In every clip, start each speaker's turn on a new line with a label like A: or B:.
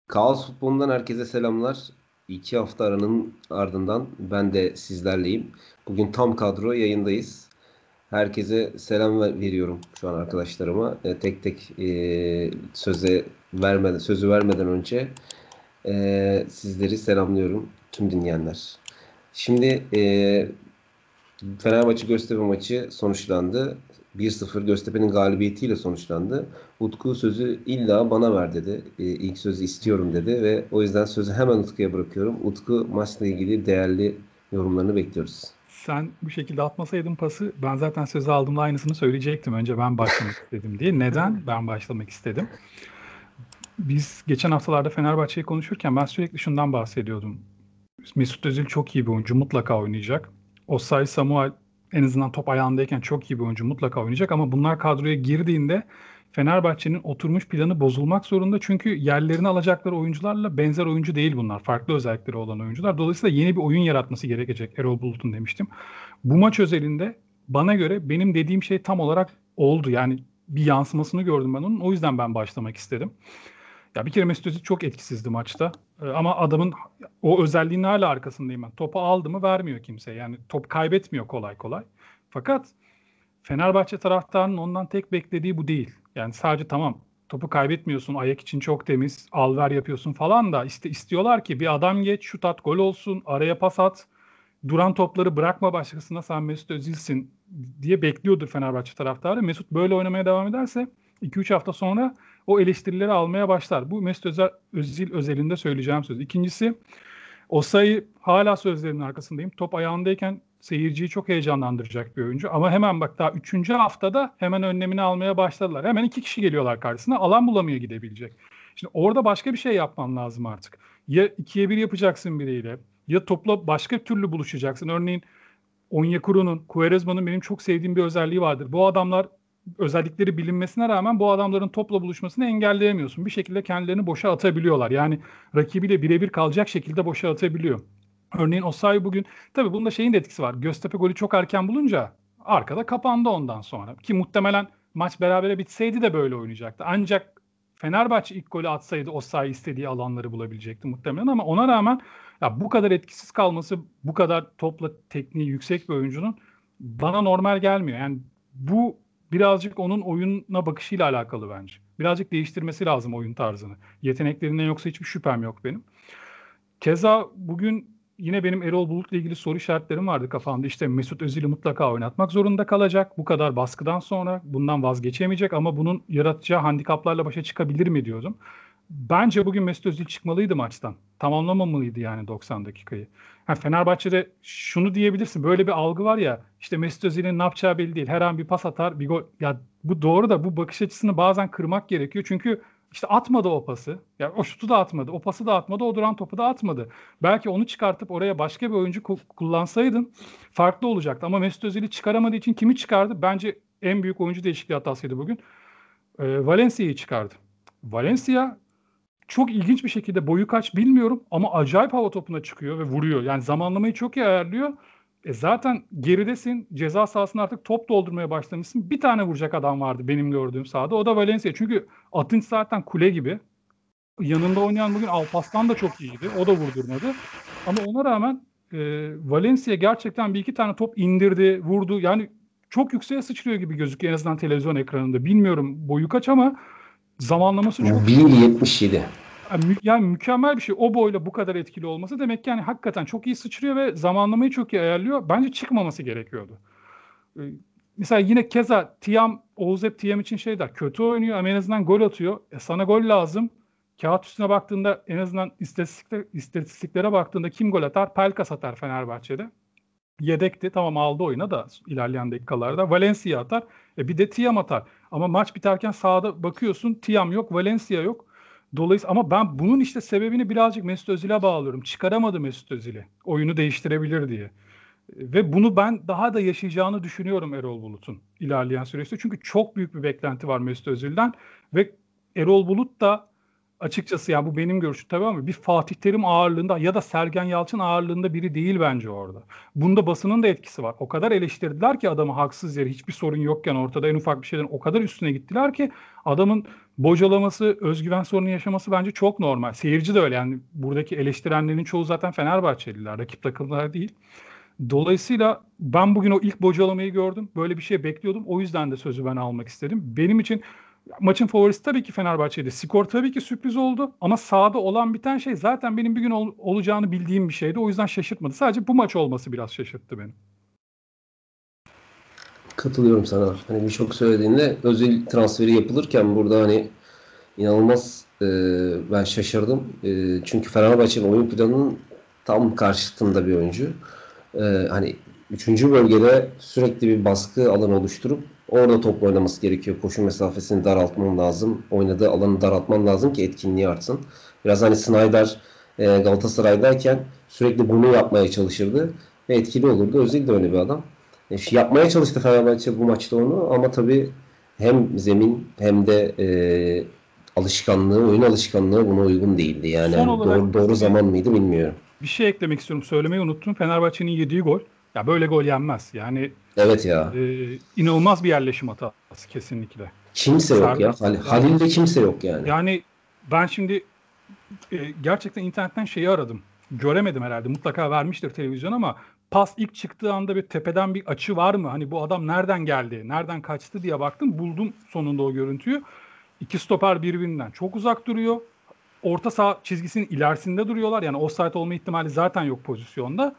A: Kaos Futbolu'ndan herkese selamlar. 2 hafta aranın ardından ben de sizlerleyim. Bugün tam kadro yayındayız. Herkese selam veriyorum şu an arkadaşlarıma. Tek tek sözü vermeden önce sizleri selamlıyorum tüm dinleyenler. Şimdi Fenerbahçe Göztepe maçı sonuçlandı. 1-0 Göztepe'nin galibiyetiyle sonuçlandı. Utku sözü illa bana ver dedi. İlk sözü istiyorum dedi ve o yüzden sözü hemen Utku'ya bırakıyorum. Utku maçla ilgili değerli yorumlarını bekliyoruz.
B: Sen bu şekilde atmasaydın pası ben zaten sözü aldığımda aynısını söyleyecektim. Önce ben başlamak istedim diye. Neden ben başlamak istedim? Biz geçen haftalarda Fenerbahçe'yi konuşurken ben sürekli şundan bahsediyordum. Mesut Özil çok iyi bir oyuncu, mutlaka oynayacak. Osayi Samuel en azından top ayağındayken çok iyi bir oyuncu, mutlaka oynayacak. Ama bunlar kadroya girdiğinde Fenerbahçe'nin oturmuş planı bozulmak zorunda. Çünkü yerlerini alacakları oyuncularla benzer oyuncu değil bunlar. Farklı özellikleri olan oyuncular. Dolayısıyla yeni bir oyun yaratması gerekecek Erol Bulut'un demiştim. Bu maç özelinde bana göre benim dediğim şey tam olarak oldu. Yani bir yansımasını gördüm ben onun. O yüzden ben başlamak istedim. Ya bir kere Mesut Özil çok etkisizdi maçta. Ama adamın o özelliğinin hala arkasındayım ben. Topu aldı mı vermiyor kimse. Yani top kaybetmiyor kolay kolay. Fakat Fenerbahçe taraftarının ondan tek beklediği bu değil. Yani sadece tamam topu kaybetmiyorsun, ayak için çok temiz, al ver yapıyorsun falan da istiyorlar ki bir adam geç, şut at, gol olsun, araya pas at, duran topları bırakma başkasına, sen Mesut Özil'sin diye bekliyordur Fenerbahçe taraftarı. Mesut böyle oynamaya devam ederse 2-3 hafta sonra o eleştirileri almaya başlar. Bu Özil özelinde söyleyeceğim söz. İkincisi, Osayi hala sözlerinin arkasındayım. Top ayağındayken seyirciyi çok heyecanlandıracak bir oyuncu. Ama hemen bak daha 3. haftada hemen önlemini almaya başladılar. Hemen 2 kişi geliyorlar karşısına. Alan bulamıyor gidebilecek. Şimdi orada başka bir şey yapman lazım artık. Ya 2'ye 1 yapacaksın biriyle, ya topla başka türlü buluşacaksın. Örneğin Onyekuru'nun, Quaresma'nın benim çok sevdiğim bir özelliği vardır. Bu adamlar özellikleri bilinmesine rağmen bu adamların topla buluşmasını engelleyemiyorsun. Bir şekilde kendilerini boşa atabiliyorlar. Yani rakibiyle birebir kalacak şekilde boşa atabiliyor. Örneğin Osayi bugün, tabii bunda şeyin de etkisi var. Göztepe golü çok erken bulunca arkada kapandı ondan sonra. Ki muhtemelen maç berabere bitseydi de böyle oynayacaktı. Ancak Fenerbahçe ilk golü atsaydı Osayi istediği alanları bulabilecekti muhtemelen ama ona rağmen ya bu kadar etkisiz kalması, bu kadar topla tekniği yüksek bir oyuncunun bana normal gelmiyor. Yani bu birazcık onun oyuna bakışıyla alakalı bence. Birazcık değiştirmesi lazım oyun tarzını. Yeteneklerinden yoksa hiçbir şüphem yok benim. Keza bugün yine benim Erol Bulut'la ilgili soru işaretlerim vardı kafamda. İşte Mesut Özil'i mutlaka oynatmak zorunda kalacak. Bu kadar baskıdan sonra bundan vazgeçemeyecek ama bunun yaratacağı handikaplarla başa çıkabilir mi diyordum. Bence bugün Mesut Özil çıkmalıydı maçtan. Tamamlamamalıydı yani 90 dakikayı. Ha, Fenerbahçe'de şunu diyebilirsin. Böyle bir algı var ya, işte Mesut Özil'in ne yapacağı belli değil. Her an bir pas atar, bir gol. Ya bu doğru da bu bakış açısını bazen kırmak gerekiyor. Çünkü işte atmadı o pası. Ya o şutu da atmadı, o pası da atmadı, o duran topu da atmadı. Belki onu çıkartıp oraya başka bir oyuncu kullansaydın farklı olacaktı. Ama Mesut Özil'i çıkaramadığı için kimi çıkardı? Bence en büyük oyuncu değişikliği hatasıydı bugün. Valencia'yı çıkardı. Valencia çok ilginç bir şekilde, boyu kaç bilmiyorum ama acayip hava topuna çıkıyor ve vuruyor. Yani zamanlamayı çok iyi ayarlıyor. Zaten geridesin. Ceza sahasına artık top doldurmaya başlamışsın. Bir tane vuracak adam vardı benim gördüğüm sahada. O da Valencia. Çünkü Atınç zaten kule gibi. Yanında oynayan bugün Alpaslan da çok iyiydi. O da vurdurmadı. Ama ona rağmen Valencia gerçekten bir iki tane top indirdi, vurdu. Yani çok yükseğe sıçrıyor gibi gözüküyor en azından televizyon ekranında. Bilmiyorum boyu kaç ama zamanlaması çok iyi.
A: 1.77.
B: Yani mükemmel bir şey. O boyla bu kadar etkili olması demek ki yani hakikaten çok iyi sıçrıyor ve zamanlamayı çok iyi ayarlıyor. Bence çıkmaması gerekiyordu. Ee, Mesela yine keza Tiam, Oğuz hep Tiam için şey der. Kötü oynuyor ama en azından gol atıyor. Sana gol lazım. Kağıt üstüne baktığında en azından istatistiklere baktığında kim gol atar? Pelkas atar Fenerbahçe'de. Yedekti. Tamam aldı oyuna da ilerleyen dakikalarda. Valencia atar. Bir de Tiam atar. Ama maç biterken sahada bakıyorsun Tiam yok, Valencia yok. Dolayısıyla ama ben bunun işte sebebini birazcık Mesut Özil'e bağlıyorum. Çıkaramadı Mesut Özil'i. Oyunu değiştirebilir diye. Ve bunu ben daha da yaşayacağını düşünüyorum Erol Bulut'un ilerleyen süreçte. Çünkü çok büyük bir beklenti var Mesut Özil'den ve Erol Bulut da açıkçası ya bu benim görüşüm tabii ama bir Fatih Terim ağırlığında ya da Sergen Yalçın ağırlığında biri değil bence orada. Bunda basının da etkisi var. O kadar eleştirdiler ki adamı haksız yere hiçbir sorun yokken ortada en ufak bir şeyden o kadar üstüne gittiler ki adamın bocalaması, özgüven sorunu yaşaması bence çok normal. Seyirci de öyle yani buradaki eleştirenlerin çoğu zaten Fenerbahçeliler, rakip takımlar değil. Dolayısıyla ben bugün o ilk bocalamayı gördüm. Böyle bir şey bekliyordum. O yüzden de sözü ben almak istedim. Benim için maçın favorisi tabii ki Fenerbahçe'ydi. Skor tabii ki sürpriz oldu. Ama sahada olan biten şey zaten benim bir gün olacağını bildiğim bir şeydi. O yüzden şaşırtmadı. Sadece bu maç olması biraz şaşırttı beni.
A: Katılıyorum sana. Hani birçok söylediğinde özel transferi yapılırken burada hani inanılmaz ben şaşırdım. Çünkü Fenerbahçe'nin oyun planının tam karşıtında bir oyuncu. Hani üçüncü bölgede sürekli bir baskı alanı oluşturup orada top oynaması gerekiyor. Koşu mesafesini daraltman lazım. Oynadığı alanı daraltman lazım ki etkinliği artsın. Biraz hani Snyder Galatasaray'dayken sürekli bunu yapmaya çalışırdı ve etkili olurdu. Özil de öyle bir adam. Yapmaya çalıştı Fenerbahçe bu maçta onu ama tabii hem zemin hem de alışkanlığı, oyun alışkanlığı buna uygun değildi. Yani
B: Son
A: hani
B: olarak
A: doğru zaman mıydı bilmiyorum.
B: bir şey eklemek istiyorum. Söylemeyi unuttum. Fenerbahçe'nin yediği gol. Ya böyle gol yenmez. Yani
A: Evet ya.
B: inanılmaz bir yerleşim hatası kesinlikle.
A: Kimse yok ya.
B: Serdar yani
A: Halil'de kimse yok yani.
B: yani ben şimdi gerçekten internetten şeyi aradım. Göremedim herhalde. Mutlaka vermiştir televizyon ama pas ilk çıktığı anda bir tepeden bir açı var mı? Hani bu adam nereden geldi, nereden kaçtı diye baktım. Buldum sonunda o görüntüyü. İki stoper birbirinden çok uzak duruyor. Orta saha çizgisinin ilerisinde duruyorlar. Yani offside olma ihtimali zaten yok pozisyonda.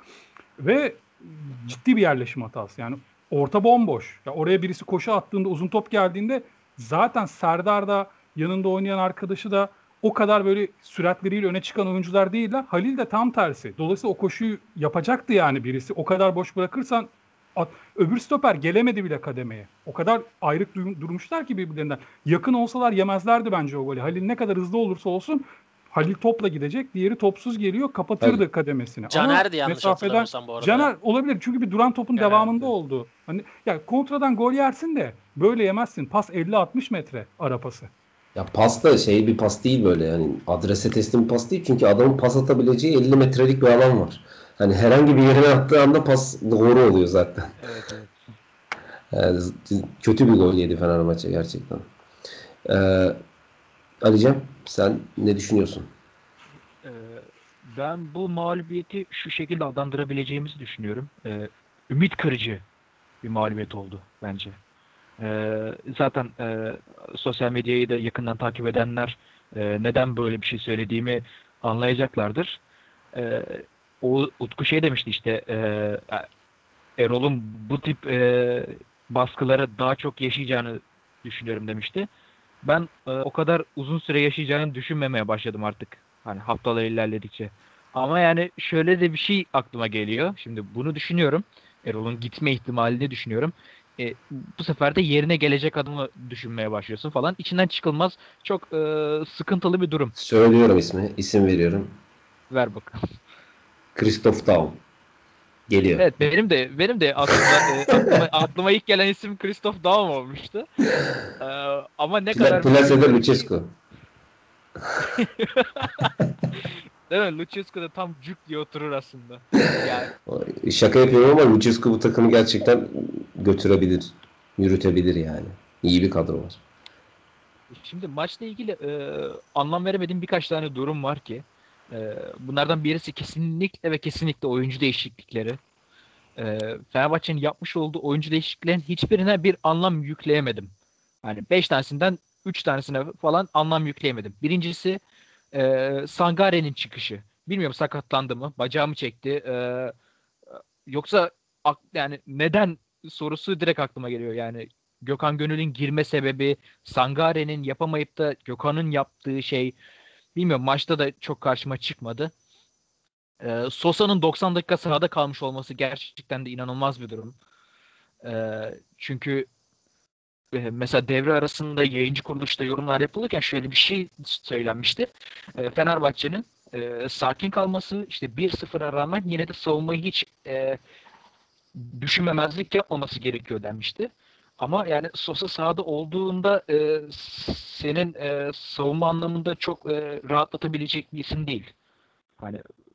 B: Ve ciddi bir yerleşim hatası. Yani orta bomboş. Ya oraya birisi koşu attığında uzun top geldiğinde zaten Serdar da yanında oynayan arkadaşı da o kadar böyle süratleriyle öne çıkan oyuncular değiller. Halil de tam tersi. Dolayısıyla o koşuyu yapacaktı yani birisi. O kadar boş bırakırsan öbür stoper gelemedi bile kademeye. O kadar ayrık durmuşlar ki birbirlerinden. Yakın olsalar yemezlerdi bence o golü. Halil ne kadar hızlı olursa olsun Halil topla gidecek. Diğeri topsuz geliyor.
A: Hal-
B: Kapatırdı kademesini. Ama
C: Caner'di yanlış
B: mesafeden
C: hatırlamıyorsam bu arada
B: Caner
C: ya.
B: olabilir. Çünkü bir duran topun devamında
D: Caner'di.
B: oldu. Hani ya kontradan gol yersin de böyle yemezsin. Pas 50-60 metre ara pası.
A: Ya pas da şey bir pas değil böyle yani adrese teslim pas değil çünkü adamın pas atabileceği 50 metrelik bir alan var. Hani herhangi bir yerine attığı anda pas doğru oluyor zaten.
D: Evet, evet.
A: Yani kötü bir gol yedi Fenerbahçe gerçekten. Ee, Alican sen ne düşünüyorsun?
D: Ee, Ben bu mağlubiyeti şu şekilde adlandırabileceğimizi düşünüyorum. Ümit kırıcı bir mağlubiyet oldu bence. Zaten sosyal medyayı da yakından takip edenler neden böyle bir şey söylediğimi anlayacaklardır. Ee, O Utku şey demişti işte Erol'un bu tip baskılara daha çok yaşayacağını düşünüyorum demişti. Ben o kadar uzun süre yaşayacağını düşünmemeye başladım artık. Hani haftalar ilerledikçe. Ama yani şöyle de bir şey aklıma geliyor. Şimdi bunu düşünüyorum. Erol'un gitme ihtimalini düşünüyorum. Bu sefer de yerine gelecek adımı düşünmeye başlıyorsun falan. İçinden çıkılmaz çok sıkıntılı bir durum.
A: Söylüyorum ismi. İsim veriyorum.
D: Ver bakalım.
A: Christoph Daum. Geliyor.
D: Evet benim de aslında aklıma ilk gelen isim Christoph Daum olmuştu. E, Ama ne kadar
A: Plase'de Lucescu.
D: değil mi? Lucescu da tam cuk diye oturur aslında. Yani
A: Şaka yapıyorum ama Lucescu bu takımı gerçekten götürebilir. Yürütebilir yani. İyi bir kadro var.
D: şimdi maçla ilgili anlam veremediğim birkaç tane durum var ki bunlardan birisi kesinlikle ve kesinlikle oyuncu değişiklikleri. Fenerbahçe'nin yapmış olduğu oyuncu değişikliklerin hiçbirine bir anlam yükleyemedim. Yani 5 tanesinden 3 tanesine falan anlam yükleyemedim. Birincisi Sangare'nin çıkışı. Bilmiyorum sakatlandı mı? Bacağı mı çekti? Yoksa yani neden sorusu direkt aklıma geliyor. Yani Gökhan Gönül'ün girme sebebi, Sangare'nin yapamayıp da Gökhan'ın yaptığı şey bilmiyorum maçta da çok karşıma çıkmadı. Sosa'nın 90 dakika sahada kalmış olması gerçekten de inanılmaz bir durum. Çünkü mesela devre arasında yayıncı kuruluşta yorumlar yapılırken şöyle bir şey söylenmişti. Fenerbahçe'nin sakin kalması işte 1-0'a rağmen yine de savunmayı hiç düşünmemezlik yapmaması gerekiyor denmişti. Ama yani Sosa sahada olduğunda senin savunma anlamında çok rahatlatabilecek bir isim değil. Hani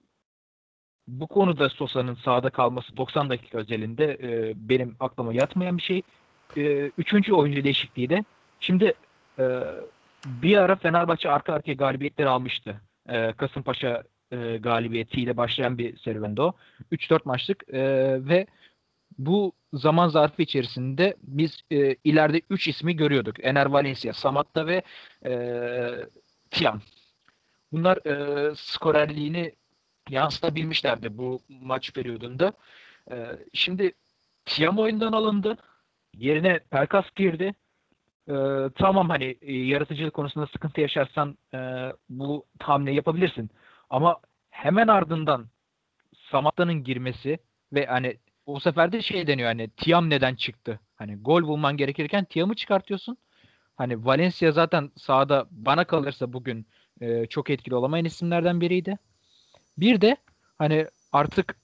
D: bu konuda Sosa'nın sahada kalması 90 dakika özelinde benim aklıma yatmayan bir şey. Üçüncü oyuncu değişikliği de. Şimdi e, bir ara Fenerbahçe arka arkaya galibiyetler almıştı. Kasımpaşa galibiyetiyle başlayan bir serüvendi o. 3-4 maçlık ve bu zaman zarfı içerisinde biz ileride 3 ismi görüyorduk. Ener Valencia, Samatta ve e, Tiam. Bunlar skorerliğini yansıtabilmişlerdi bu maç periyodunda. Şimdi Tiam oyundan alındı. Yerine Pelkas girdi. Tamam hani yaratıcılık konusunda sıkıntı yaşarsan bu hamle yapabilirsin. Ama hemen ardından Samatta'nın girmesi ve hani o sefer de şey deniyor hani Tiam neden çıktı? Hani gol bulman gerekirken Tiam'ı çıkartıyorsun. Hani Valencia zaten sahada bana kalırsa bugün çok etkili olamayan isimlerden biriydi. Bir de hani artık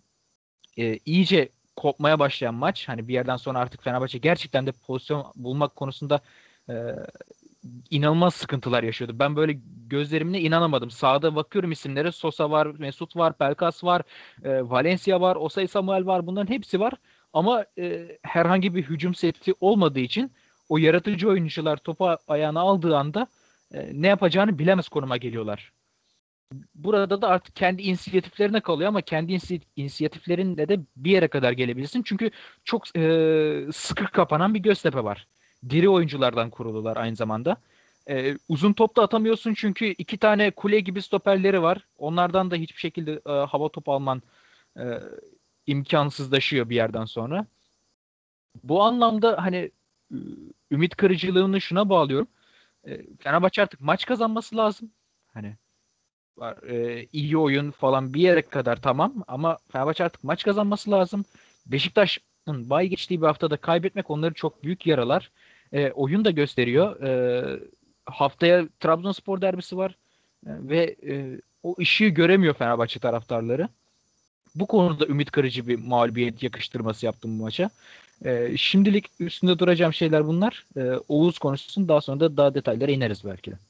D: iyice kopmaya başlayan maç. Hani bir yerden sonra artık Fenerbahçe gerçekten de pozisyon bulmak konusunda e, inanılmaz sıkıntılar yaşıyordu. Ben böyle gözlerimle inanamadım. Sahada bakıyorum isimlere. Sosa var, Mesut var, Pelkas var, Valencia var, Osay Samuel var. Bunların hepsi var. Ama herhangi bir hücum seti olmadığı için o yaratıcı oyuncular topu ayağına aldığı anda ne yapacağını bilemez konuma geliyorlar. Burada da artık kendi inisiyatiflerine kalıyor ama kendi inisiyatiflerinde de bir yere kadar gelebilirsin. Çünkü çok sıkı kapanan bir Göztepe var. Diri oyunculardan kurulular aynı zamanda. Uzun top da atamıyorsun çünkü iki tane kule gibi stoperleri var. Onlardan da hiçbir şekilde hava topu alman e, imkansızlaşıyor bir yerden sonra. Bu anlamda hani e, ümit kırıcılığını şuna bağlıyorum. Fenerbahçe artık maç kazanması lazım. Hani var. İyi oyun falan bir yere kadar tamam ama Fenerbahçe artık maç kazanması lazım. Beşiktaş'ın bay geçtiği bir haftada kaybetmek onları çok büyük yaralar. Oyun da gösteriyor. Haftaya Trabzonspor derbisi var. Ve o ışığı göremiyor Fenerbahçe taraftarları. Bu konuda ümit kırıcı bir mağlubiyet yakıştırması yaptım bu maça. Şimdilik üstünde duracağım şeyler bunlar. Oğuz konuşsun. Daha sonra da daha detaylara ineriz belki de.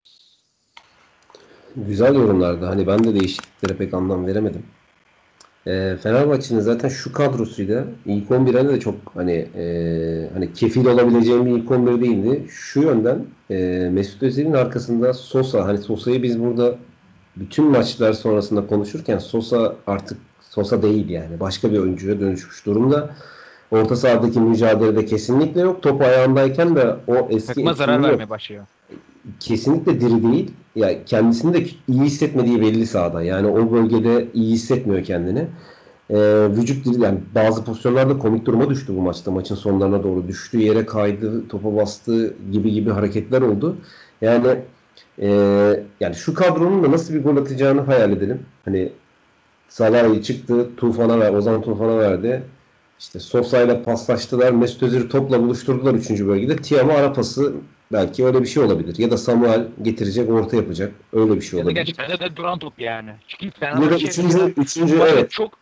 A: Güzel yorumlardı. Hani ben de değişikliklere pek anlam veremedim. Fenerbahçe'nin zaten şu kadrosuyla ilk 11'e de çok hani kefil olabileceğim bir ilk 11 değildi. Şu yönden Mesut Özil'in arkasında Sosa, hani Sosa'yı biz burada bütün maçlar sonrasında konuşurken Sosa artık Sosa değil yani. Başka bir oyuncuya dönüşmüş durumda. Orta sahadaki mücadelede kesinlikle yok. Top ayağındayken de o eski
D: Takıma zarar
A: etkinliği yok.
D: vermeye başlıyor.
A: Kesinlikle diri değil. Ya kendisini de iyi hissetmediği belli sahada. Yani o bölgede iyi hissetmiyor kendini. Vücut dili, yani bazı pozisyonlarda komik duruma düştü bu maçta. Maçın sonlarına doğru düştü, yere kaydı, topa bastı gibi hareketler oldu. Yani e, yani şu kadronun da nasıl bir gol atacağını hayal edelim. Hani Salahi çıktı, Ozan Tufan'a verdi. İşte Sosa'yla paslaştılar. Mesut Özil'i topla buluşturdular 3. bölgede. Tiam'a ara pası, belki öyle bir şey olabilir. Ya da Samuel getirecek, orta yapacak. Öyle bir şey
D: Ya da
A: olabilir.
D: gerçekten de duran top yani. Çünkü
A: Ya da
D: Fenerbahçe
A: üçüncü
D: maçta
A: evet.
D: çok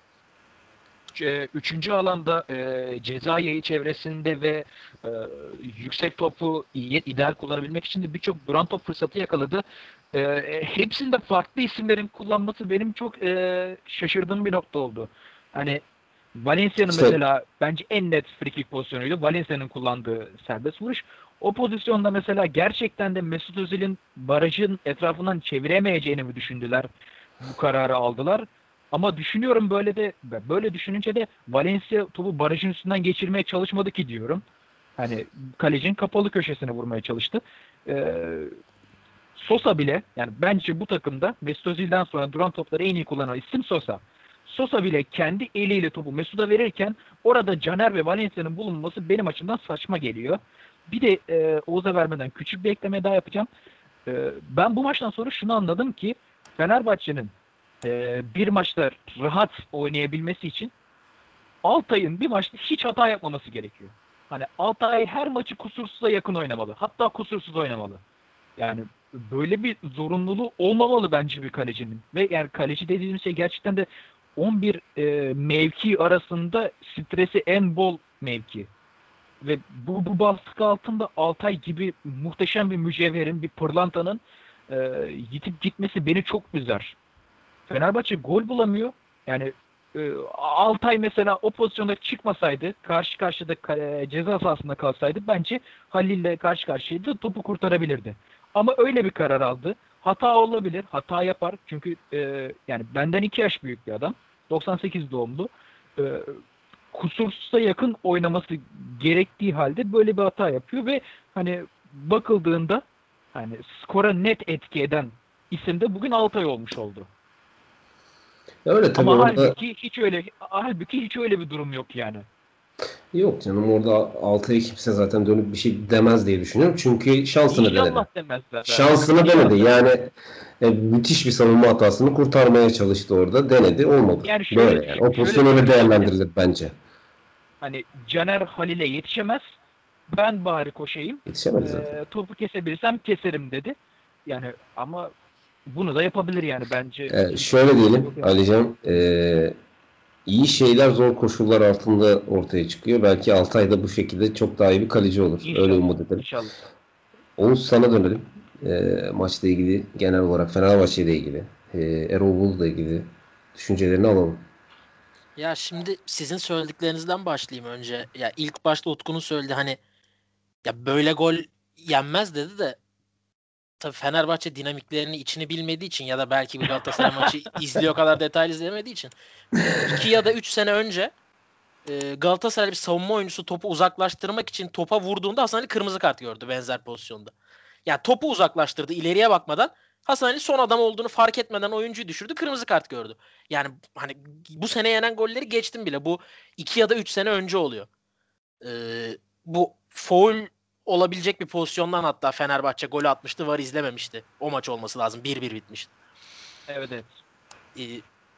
D: üçüncü alanda ceza yayı çevresinde ve e, yüksek topu ideal kullanabilmek için de birçok duran top fırsatı yakaladı. Hepsinde farklı isimlerin kullanması benim çok şaşırdığım bir nokta oldu. Hani Valencia'nın
A: İşte
D: mesela bence en net frikik pozisyonuydu. Valencia'nın kullandığı serbest vuruş. O pozisyonda mesela gerçekten de Mesut Özil'in barajın etrafından çeviremeyeceğini mi düşündüler? Bu kararı aldılar. Ama düşünüyorum böyle düşününce de Valencia topu barajın üstünden geçirmeye çalışmadı ki diyorum. Hani kalecinin kapalı köşesine vurmaya çalıştı. Ee, Sosa bile yani bence bu takımda Mesut Özil'den sonra duran topları en iyi kullanan isim Sosa. Sosa bile kendi eliyle topu Mesut'a verirken orada Caner ve Valencia'nın bulunması benim açımdan saçma geliyor. Bir de Oğuz'a vermeden küçük bir ekleme daha yapacağım. Ben bu maçtan sonra şunu anladım ki Fenerbahçe'nin bir maçta rahat oynayabilmesi için Altay'ın bir maçta hiç hata yapmaması gerekiyor. Hani Altay her maçı kusursuza yakın oynamalı. Hatta kusursuz oynamalı. Yani böyle bir zorunluluğu olmamalı bence bir kalecinin. Ve yani kaleci dediğimiz şey gerçekten de 11 mevki arasında stresi en bol mevki. Ve bu baskı altında Altay gibi muhteşem bir mücevherin, bir pırlantanın yitip gitmesi beni çok üzer. Fenerbahçe gol bulamıyor. Yani Altay mesela o pozisyonda çıkmasaydı, karşı karşıda ceza sahasında kalsaydı bence Halil'le karşı karşıyaydı, topu kurtarabilirdi. Ama öyle bir karar aldı. Hata olabilir, hata yapar. Çünkü yani benden 2 yaş büyük bir adam. 98 doğumlu. E, Kusursuza yakın oynaması gerektiği halde böyle bir hata yapıyor ve hani bakıldığında hani skora net etki eden isim de bugün Altay olmuş oldu.
A: Ya öyle tabii
D: Ama
A: orada
D: halbuki hiç öyle bir durum yok yani.
A: yok canım, orada Altay'a kimse zaten dönüp bir şey demez diye düşünüyorum. Çünkü şansını denedi.
D: İnşallah demezler zaten.
A: Şansını denedi.
D: İnşallah.
A: Yani müthiş bir savunma hatasını kurtarmaya çalıştı orada. Denedi. Olmadı.
D: Yani
A: Böyle yani. O
D: şöyle
A: pozisyon öyle
D: söyleyebilirim.
A: değerlendirilir bence.
D: Hani Caner Halil'e yetişemez. Ben bari koşayım.
A: Yetişemedi zaten.
D: Topu kesebilirsem keserim dedi. Yani ama bunu da yapabilir yani bence.
A: Şöyle diyelim
D: Çok yapar.
A: Alican, iyi şeyler zor koşullar altında ortaya çıkıyor. Belki Altay da bu şekilde çok daha iyi bir kaleci olur. Öyle
D: İnşallah.
A: umut edelim.
D: İnşallah.
A: Oğuz, sana dönelim. Maçla ilgili, genel olarak Fenerbahçe ile ilgili, Erol Bulut'la ilgili düşüncelerini alalım.
C: Ya şimdi sizin söylediklerinizden başlayayım önce. Ya ilk başta Utku'nun söyledi hani ya böyle gol yenmez dedi de tabii Fenerbahçe dinamiklerini içini bilmediği için ya da belki bir Galatasaray maçı izliyor kadar detaylı izlemediği için 2 ya da 3 sene önce Galatasaray bir savunma oyuncusu topu uzaklaştırmak için topa vurduğunda Hasan Ali kırmızı kart gördü benzer pozisyonda. Yani topu uzaklaştırdı ileriye bakmadan. Hasan Ali son adam olduğunu fark etmeden oyuncuyu düşürdü. Kırmızı kart gördü. Yani hani bu sene yenen golleri geçtim bile. Bu 2 ya da 3 sene önce oluyor. Bu foul olabilecek bir pozisyondan hatta Fenerbahçe golü atmıştı. VAR izlememişti. O maç olması lazım. 1-1 bitmişti.
D: Evet, evet.
C: Ee,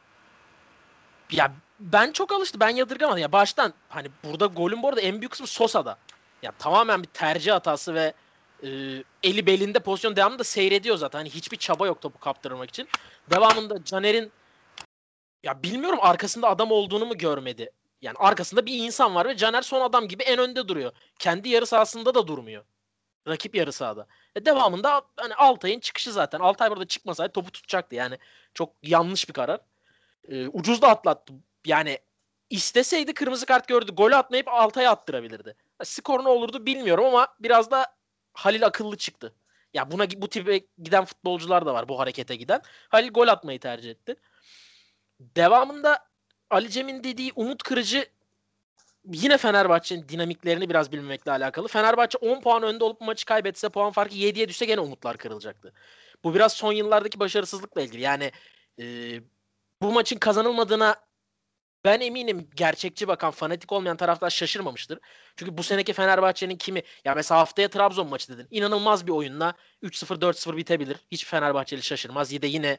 C: Ya ben çok alıştım. Ben yadırgamadım. Ya baştan hani burada golün bu arada en büyük kısmı Sosa'da. Ya tamamen bir tercih hatası ve e, eli belinde pozisyon devamında seyrediyor zaten. Hani hiçbir çaba yok topu kaptırmak için. Devamında Caner'in ya bilmiyorum arkasında adam olduğunu mu görmedi. Yani arkasında bir insan var ve Caner son adam gibi en önde duruyor. Kendi yarı sahasında da durmuyor. Rakip yarı sahada. Devamında hani Altay'ın çıkışı zaten. Altay burada çıkmasaydı topu tutacaktı. Yani çok yanlış bir karar. Ucuz da atlattı. Yani isteseydi kırmızı kart gördü. Golü atmayıp Altay'a attırabilirdi. Skor ne olurdu bilmiyorum ama biraz da Halil akıllı çıktı. Ya bu tipe giden futbolcular da var, bu harekete giden. Halil gol atmayı tercih etti. Devamında Ali Cem'in dediği umut kırıcı yine Fenerbahçe'nin dinamiklerini biraz bilmemekle alakalı. Fenerbahçe 10 puan önde olup maçı kaybetse, puan farkı 7'ye düşse gene umutlar kırılacaktı. Bu biraz son yıllardaki başarısızlıkla ilgili. Yani e, bu maçın kazanılmadığına ben eminim gerçekçi bakan, fanatik olmayan taraftar şaşırmamıştır. Çünkü bu seneki Fenerbahçe'nin kimi, ya mesela haftaya Trabzon maçı dedin. İnanılmaz bir oyunla 3-0 4-0 bitebilir. Hiç Fenerbahçeli şaşırmaz. Yine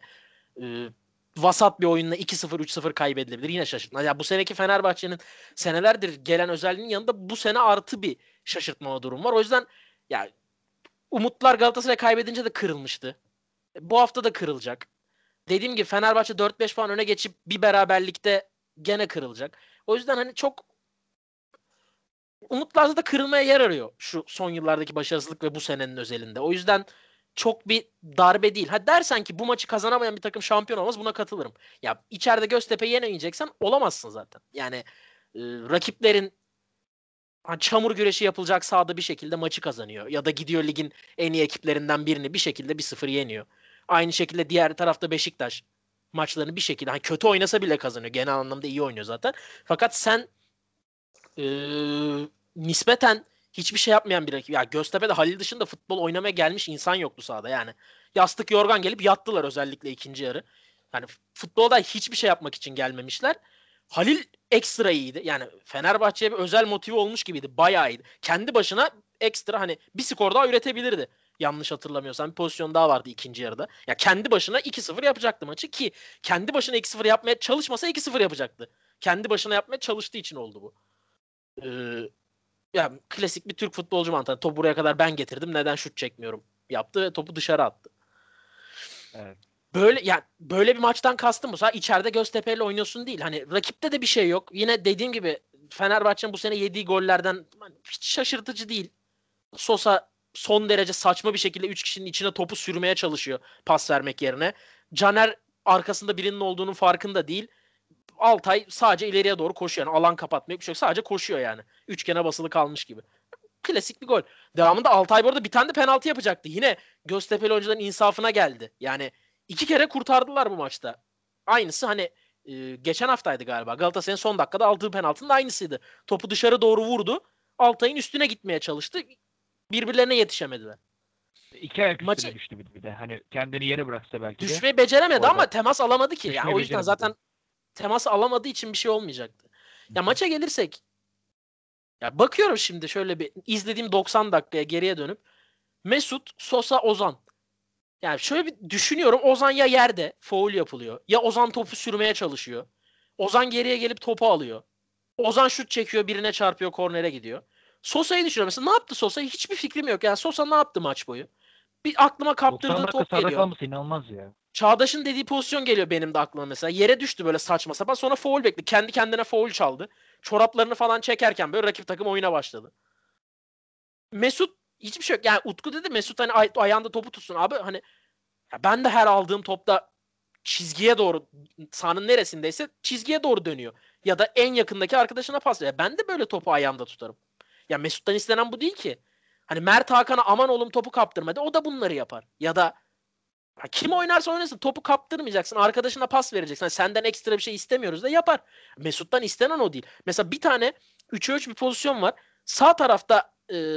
C: vasat bir oyunla 2-0 3-0 kaybedilebilir. Yine şaşırtmaz. Ya bu seneki Fenerbahçe'nin senelerdir gelen özelliğinin yanında bu sene artı bir şaşırtma durum var. O yüzden ya umutlar Galatasaray kaybedince de kırılmıştı. Bu hafta da kırılacak. Dediğim gibi Fenerbahçe 4-5 puan öne geçip bir beraberlikte gene kırılacak. O yüzden hani çok umutlarda da kırılmaya yer arıyor şu son yıllardaki başarısızlık ve bu senenin özelinde. O yüzden çok bir darbe değil. Ha dersen ki bu maçı kazanamayan bir takım şampiyon olmaz, buna katılırım. Ya içeride Göztepe'yi yenemeyeceksen olamazsın zaten. Yani rakiplerin çamur güreşi yapılacak sahada bir şekilde maçı kazanıyor. Ya da gidiyor ligin en iyi ekiplerinden birini bir şekilde 1-0 yeniyor. Aynı şekilde diğer tarafta Beşiktaş maçlarını bir şekilde hani kötü oynasa bile kazanıyor. Genel anlamda iyi oynuyor zaten. Fakat sen nispeten hiçbir şey yapmayan bir rakip. Ya Göztepe'de Halil dışında futbol oynamaya gelmiş insan yoktu sahada yani. Yastık yorgan gelip yattılar özellikle ikinci yarı. Yani futbolda hiçbir şey yapmak için gelmemişler. Halil ekstra iyiydi. Yani Fenerbahçe'ye bir özel motive olmuş gibiydi. Bayağı iyiydi. Kendi başına ekstra hani bir skor daha üretebilirdi. Yanlış hatırlamıyorsam bir pozisyon daha vardı ikinci yarıda. Ya kendi başına 2-0 yapacaktı maçı ki kendi başına 2-0 yapmaya çalışmasa 2-0 yapacaktı. Kendi başına yapmaya çalıştığı için oldu bu. Ya klasik bir Türk futbolcu mantığı. Topu buraya kadar ben getirdim. Neden şut çekmiyorum? Yaptı ve topu dışarı attı.
D: Evet.
C: Böyle bir maçtan kastım bu. Sadece içeride Göztepe'yle oynuyorsun değil. Hani rakipte de bir şey yok. Yine dediğim gibi Fenerbahçe'nin bu sene yediği gollerden hiç şaşırtıcı değil. Sosa son derece saçma bir şekilde 3 kişinin içine topu sürmeye çalışıyor pas vermek yerine. Caner arkasında birinin olduğunun farkında değil. Altay sadece ileriye doğru koşuyor. Yani alan kapatmıyor, bir şey yok. Sadece koşuyor yani. Üçgene basılı kalmış gibi. Klasik bir gol. Devamında Altay bu arada bir tane de penaltı yapacaktı. Yine Göztepe'li oyuncuların insafına geldi. Yani 2 kere kurtardılar bu maçta. Aynısı hani geçen haftaydı galiba. Galatasaray'ın son dakikada aldığı penaltının aynısıydı. Topu dışarı doğru vurdu. Altay'ın üstüne gitmeye çalıştı. Birbirlerine yetişemediler.
D: 2 ayak üstüne
C: Maçı
D: düştü bir de. Hani kendini yere bıraksa belki de.
C: düşmeyi beceremedi
D: Orada
C: ama temas alamadı ki. Yani
D: düşmeyi
C: o yüzden
D: beceremedi.
C: zaten teması alamadığı için bir şey olmayacaktı. Ya maça gelirsek, ya bakıyorum şimdi şöyle bir izlediğim 90 dakikaya geriye dönüp Mesut, Sosa, Ozan. Yani şöyle bir düşünüyorum. Ozan ya yerde faul yapılıyor. Ya Ozan topu sürmeye çalışıyor. Ozan geriye gelip topu alıyor. Ozan şut çekiyor, birine çarpıyor, kornere gidiyor. Sosa'yı düşünüyorum. Mesela ne yaptı Sosa? Hiçbir fikrim yok. Yani Sosa ne yaptı maç boyu? Bir aklıma
D: 90
C: kaptırdığı
D: dakika
C: top
D: sahada
C: geliyor.
D: kalması inanılmaz ya.
C: Çağdaş'ın dediği pozisyon geliyor benim de aklıma mesela. Yere düştü böyle saçma sapan. Sonra faul bekle. Kendi kendine faul çaldı. Çoraplarını falan çekerken böyle rakip takım oyuna başladı. Mesut hiçbir şey yok. Yani Utku dedi Mesut hani ayağında topu tutsun abi. Hani ya ben de her aldığım topta çizgiye doğru, sahanın neresindeyse çizgiye doğru dönüyor. Ya da en yakındaki arkadaşına pas veriyor. Ben de böyle topu ayağımda tutarım. Ya Mesut'tan istenen bu değil ki. Hani Mert Hakan'a aman oğlum topu kaptırmadı. O da bunları yapar. Ya da kim oynarsa oynasın topu kaptırmayacaksın. Arkadaşına pas vereceksin. Hani senden ekstra bir şey istemiyoruz da yapar. Mesut'tan istenen o değil. Mesela bir tane 3'e 3 bir pozisyon var. Sağ tarafta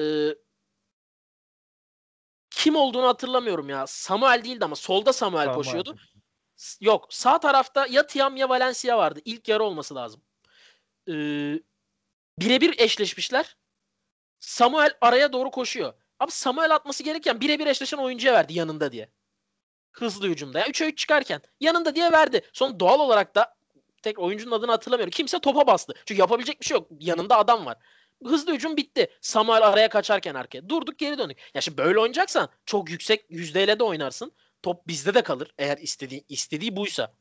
C: kim olduğunu hatırlamıyorum ya. Samuel değildi ama solda Samuel
D: Tamam
C: koşuyordu.
D: abi.
C: Yok, sağ tarafta ya Tiam ya Valencia vardı. İlk yarı olması lazım. Ee, birebir eşleşmişler. Samuel araya doğru koşuyor. Abi Samuel atması gereken birebir eşleşen oyuncuya verdi yanında diye. Hızlı hücumda. Yani 3'e 3 çıkarken yanında diye verdi. Sonra doğal olarak da tek oyuncunun adını hatırlamıyorum. Kimse topa bastı. Çünkü yapabilecek bir şey yok. Yanında adam var. Hızlı hücum bitti. Samuel araya kaçarken arkaya. Durduk geri döndük. Ya şimdi böyle oynayacaksan çok yüksek yüzdeyle de oynarsın. Top bizde de kalır. Eğer istediği buysa.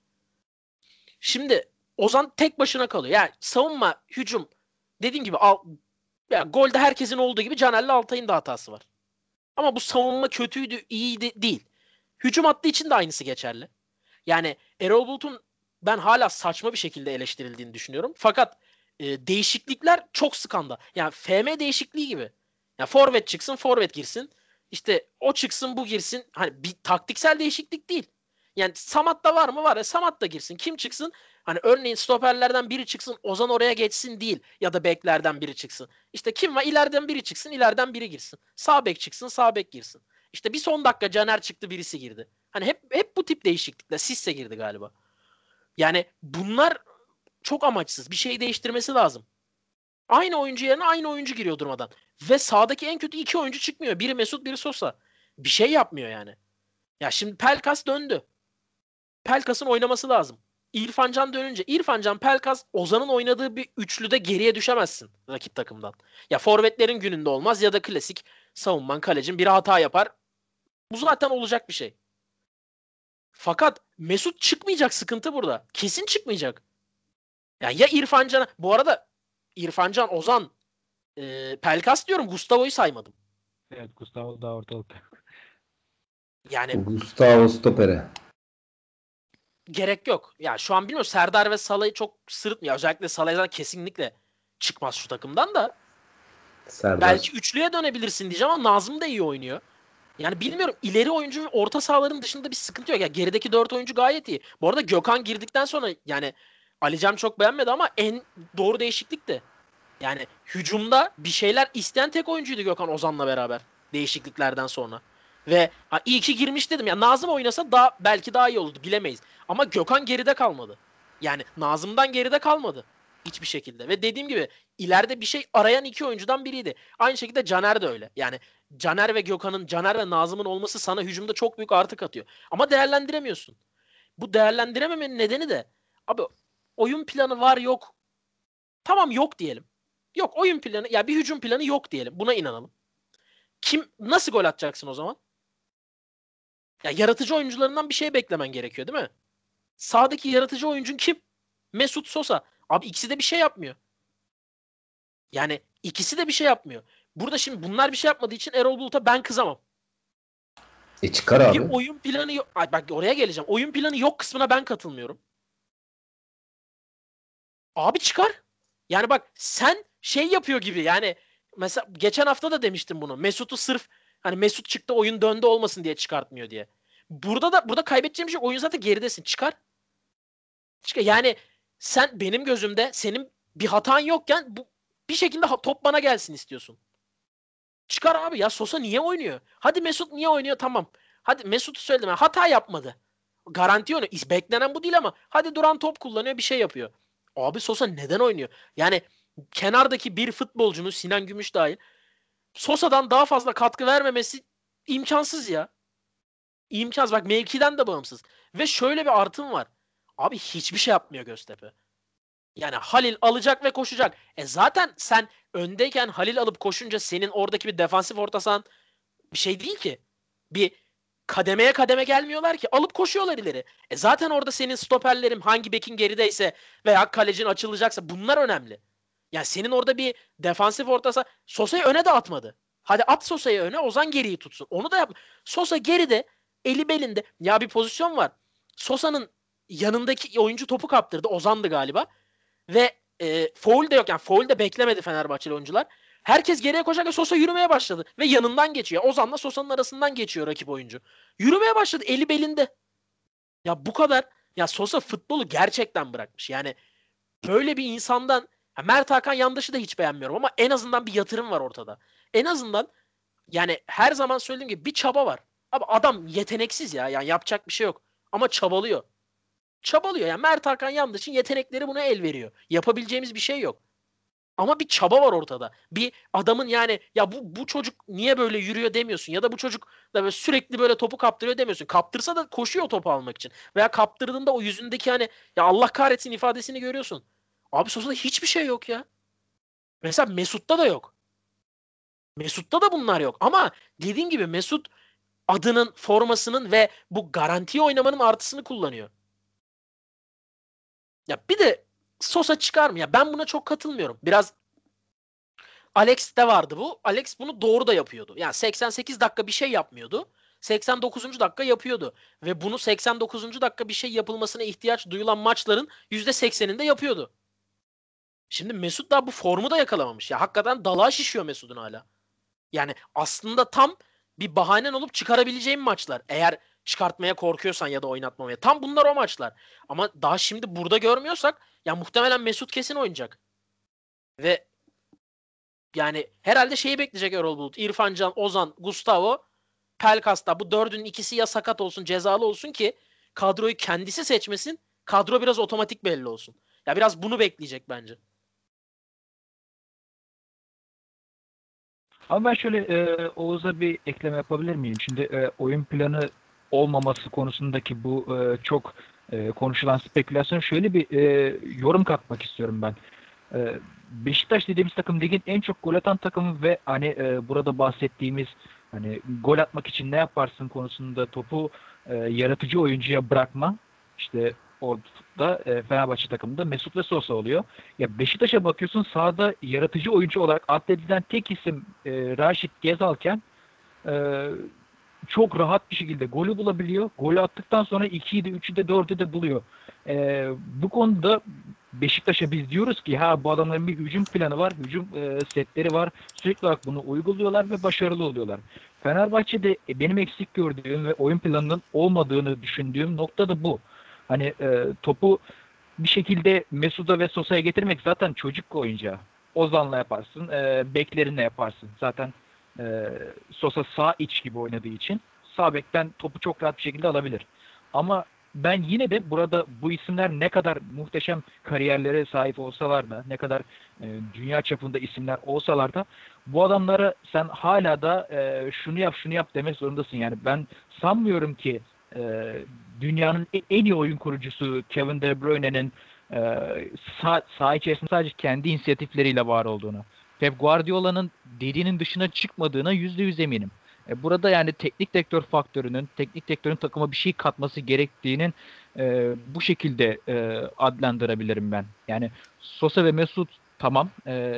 C: Şimdi Ozan tek başına kalıyor. Yani savunma, hücum dediğim gibi yani golde herkesin olduğu gibi Caner'le Altay'ın da hatası var. Ama bu savunma kötüydü, iyiydi değil. Hücum attığı için de aynısı geçerli. Yani Erol Bulut'un ben hala saçma bir şekilde eleştirildiğini düşünüyorum. Fakat değişiklikler çok skandal. Yani FM değişikliği gibi. Ya forvet çıksın, forvet girsin. İşte o çıksın, bu girsin. Hani bir taktiksel değişiklik değil. Yani Samat'ta var mı? Var ya Samat da girsin. Kim çıksın? Hani örneğin stoperlerden biri çıksın, Ozan oraya geçsin değil. Ya da beklerden biri çıksın. İşte kim var? İleriden biri çıksın, ileriden biri girsin. Sağ bek çıksın, sağ bek girsin. İşte bir son dakika Caner çıktı, birisi girdi. Hani hep bu tip değişiklikler. Sisse girdi galiba. Yani bunlar çok amaçsız. Bir şey değiştirmesi lazım. Aynı oyuncu yerine aynı oyuncu giriyor durmadan. Ve sağdaki en kötü 2 oyuncu çıkmıyor. Biri Mesut, biri Sosa. Bir şey yapmıyor yani. Ya şimdi Pelkas döndü. Pelkas'ın oynaması lazım. İrfan Can dönünce İrfan Can, Pelkas, Ozan'ın oynadığı bir üçlüde geriye düşemezsin rakip takımdan. Ya forvetlerin gününde olmaz ya da klasik savunman, kalecin biri hata yapar. Bu zaten olacak bir şey. Fakat Mesut çıkmayacak, sıkıntı burada. Kesin çıkmayacak. Yani ya İrfan Can'a, bu arada İrfan Can, Ozan, Pelkas diyorum, Gustavo'yu saymadım.
D: Evet, Gustavo da ortalıkta.
C: Yani
A: Gustavo Stopper'e.
C: gerek yok. Ya şu an bilmiyorum, Serdar ve Salah'ı çok sırıtmıyor. Özellikle Salah'dan kesinlikle çıkmaz şu takımdan da.
A: Serdar.
C: Belki üçlüye dönebilirsin diyeceğim ama Nazım da iyi oynuyor. Yani bilmiyorum, ileri oyuncu ve orta sahaların dışında bir sıkıntı yok. Ya gerideki 4 oyuncu gayet iyi. Bu arada Gökhan girdikten sonra yani Alican çok beğenmedi ama en doğru değişiklik de. Yani hücumda bir şeyler isteyen tek oyuncuydu Gökhan Ozan'la beraber değişikliklerden sonra. Ve iyi ki girmiş dedim. Ya Nazım oynasa belki daha iyi olurdu, bilemeyiz. Ama Gökhan geride kalmadı. Yani Nazım'dan geride kalmadı hiçbir şekilde. Ve dediğim gibi ileride bir şey arayan 2 oyuncudan biriydi. Aynı şekilde Caner de öyle. Yani Caner ve Nazım'ın olması sana hücumda çok büyük artı katıyor. Ama değerlendiremiyorsun. Bu değerlendirememenin nedeni de abi oyun planı var yok. Tamam, yok diyelim. Yok oyun planı, ya bir hücum planı yok diyelim. Buna inanalım. Nasıl gol atacaksın o zaman? Ya yaratıcı oyuncularından bir şey beklemen gerekiyor değil mi? Sağdaki yaratıcı oyuncun kim? Mesut, Sosa. Abi ikisi de bir şey yapmıyor. Yani ikisi de bir şey yapmıyor. Burada şimdi bunlar bir şey yapmadığı için Erol Bulut'a ben kızamam.
A: Çıkar
C: Bir
A: abi.
C: oyun planı yok. Ay bak oraya geleceğim. Oyun planı yok kısmına ben katılmıyorum. Abi çıkar. Yani bak sen şey yapıyor gibi yani mesela geçen hafta da demiştim bunu. Mesut'u sırf hani Mesut çıktı oyun döndü olmasın diye çıkartmıyor diye. Burada kaybedeceğim şey oyun zaten geridesin. Çıkar. Çıkar. Yani sen benim gözümde senin bir hatan yokken bir şekilde top bana gelsin istiyorsun. Çıkar abi ya Sosa niye oynuyor? Hadi Mesut niye oynuyor tamam. Hadi Mesut'u söyledim. Hata yapmadı. Garanti oynuyor. Beklenen bu değil ama hadi duran top kullanıyor bir şey yapıyor. Abi Sosa neden oynuyor? Yani kenardaki bir futbolcunun Sinan Gümüş dahil Sosa'dan daha fazla katkı vermemesi imkansız ya. İmkansız. Bak mevkiden de bağımsız. Ve şöyle bir artım var. Abi hiçbir şey yapmıyor Göztepe. Yani Halil alacak ve koşacak. Zaten sen öndeyken Halil alıp koşunca senin oradaki bir defansif orta sahan bir şey değil ki. Bir kademeye kademe gelmiyorlar ki. Alıp koşuyorlar ileri. Zaten orada senin stoperlerin hangi bekin gerideyse veya kalecin açılacaksa bunlar önemli. Yani senin orada bir defansif ortasa Sosa'yı öne de atmadı. Hadi at Sosa'yı öne Ozan geriyi tutsun. Onu da yap. Sosa geride eli belinde. Ya bir pozisyon var. Sosa'nın yanındaki oyuncu topu kaptırdı. Ozan'dı galiba. Ve foul de yok. Yani foul de beklemedi Fenerbahçeli oyuncular. Herkes geriye koşarken Sosa yürümeye başladı. Ve yanından geçiyor. Ozan'la Sosa'nın arasından geçiyor rakip oyuncu. Yürümeye başladı. Eli belinde. Ya bu kadar. Ya Sosa futbolu gerçekten bırakmış. Yani böyle bir insandan Mert Hakan Yandaş'ı da hiç beğenmiyorum ama en azından bir yatırım var ortada. En azından yani her zaman söylediğim gibi bir çaba var. Abi adam yeteneksiz ya. Yani yapacak bir şey yok. Ama çabalıyor. Çabalıyor. Yani Mert Hakan Yandaş'ın yetenekleri buna el veriyor. Yapabileceğimiz bir şey yok. Ama bir çaba var ortada. Bir adamın yani ya bu çocuk niye böyle yürüyor demiyorsun. Ya da bu çocuk da böyle sürekli böyle topu kaptırıyor demiyorsun. Kaptırsa da koşuyor topu almak için. Veya kaptırdığında o yüzündeki hani ya Allah kahretsin ifadesini görüyorsun. Abi Sosa'da hiçbir şey yok ya. Mesela Mesut'ta da yok. Mesut'ta da bunlar yok. Ama dediğim gibi Mesut adının, formasının ve bu garantiye oynamanın artısını kullanıyor. Ya bir de Sosa çıkar mı? Ya ben buna çok katılmıyorum. Biraz Alex'te vardı bu. Alex bunu doğru da yapıyordu. Yani 88 dakika bir şey yapmıyordu. 89. dakika yapıyordu. Ve bunu 89. dakika bir şey yapılmasına ihtiyaç duyulan maçların %80'inde yapıyordu. Şimdi Mesut daha bu formu da yakalamamış. Ya hakikaten dalağa şişiyor Mesut'un hala. Yani aslında tam bir bahanen olup çıkarabileceğin maçlar. Eğer çıkartmaya korkuyorsan ya da oynatmamaya. Tam bunlar o maçlar. Ama daha şimdi burada görmüyorsak ya muhtemelen Mesut kesin oynayacak. Ve yani herhalde şeyi bekleyecek Erol Bulut. İrfan Can, Ozan, Gustavo, Pelkas'ta bu dördünün ikisi ya sakat olsun, cezalı olsun ki kadroyu kendisi seçmesin. Kadro biraz otomatik belli olsun. Ya biraz bunu bekleyecek bence.
D: Ama ben şöyle Oğuz'a bir ekleme yapabilir miyim? Şimdi oyun planı olmaması konusundaki bu çok konuşulan spekülasyon şöyle bir yorum katmak istiyorum ben. Beşiktaş dediğimiz takım ligin en çok gol atan takımı ve hani burada bahsettiğimiz hani gol atmak için ne yaparsın konusunda topu yaratıcı oyuncuya bırakma. İşte orada Fenerbahçe takımında Mesut ve Sosa oluyor. Ya Beşiktaş'a bakıyorsun sahada yaratıcı oyuncu olarak addedilen tek isim Raşit Gezalken e, çok rahat bir şekilde golü bulabiliyor. Golü attıktan sonra 2'yi de 3'ü de 4'ü de buluyor. Bu konuda Beşiktaş'a biz diyoruz ki ha bu adamların bir hücum planı var, hücum setleri var. Sürekli olarak bunu uyguluyorlar ve başarılı oluyorlar. Fenerbahçe'de benim eksik gördüğüm ve oyun planının olmadığını düşündüğüm nokta da bu. Hani topu bir şekilde Mesut'a ve Sosa'ya getirmek zaten çocuk oyuncağı. Ozan'la yaparsın, beklerine yaparsın. Zaten Sosa sağ iç gibi oynadığı için sağ bekten topu çok rahat bir şekilde alabilir. Ama ben yine de burada bu isimler ne kadar muhteşem kariyerlere sahip olsalar da, ne kadar dünya çapında isimler olsalar da bu adamlara sen hala da şunu yap şunu yap demek zorundasın. Yani ben sanmıyorum ki dünyanın en iyi oyun kurucusu Kevin De Bruyne'nin saha içerisinde sadece kendi inisiyatifleriyle var olduğunu. Pep Guardiola'nın dediğinin dışına çıkmadığına %100 eminim. Burada yani teknik direktör faktörünün, teknik direktörün takıma bir şey katması gerektiğinin bu şekilde adlandırabilirim ben. Yani Sosa ve Mesut tamam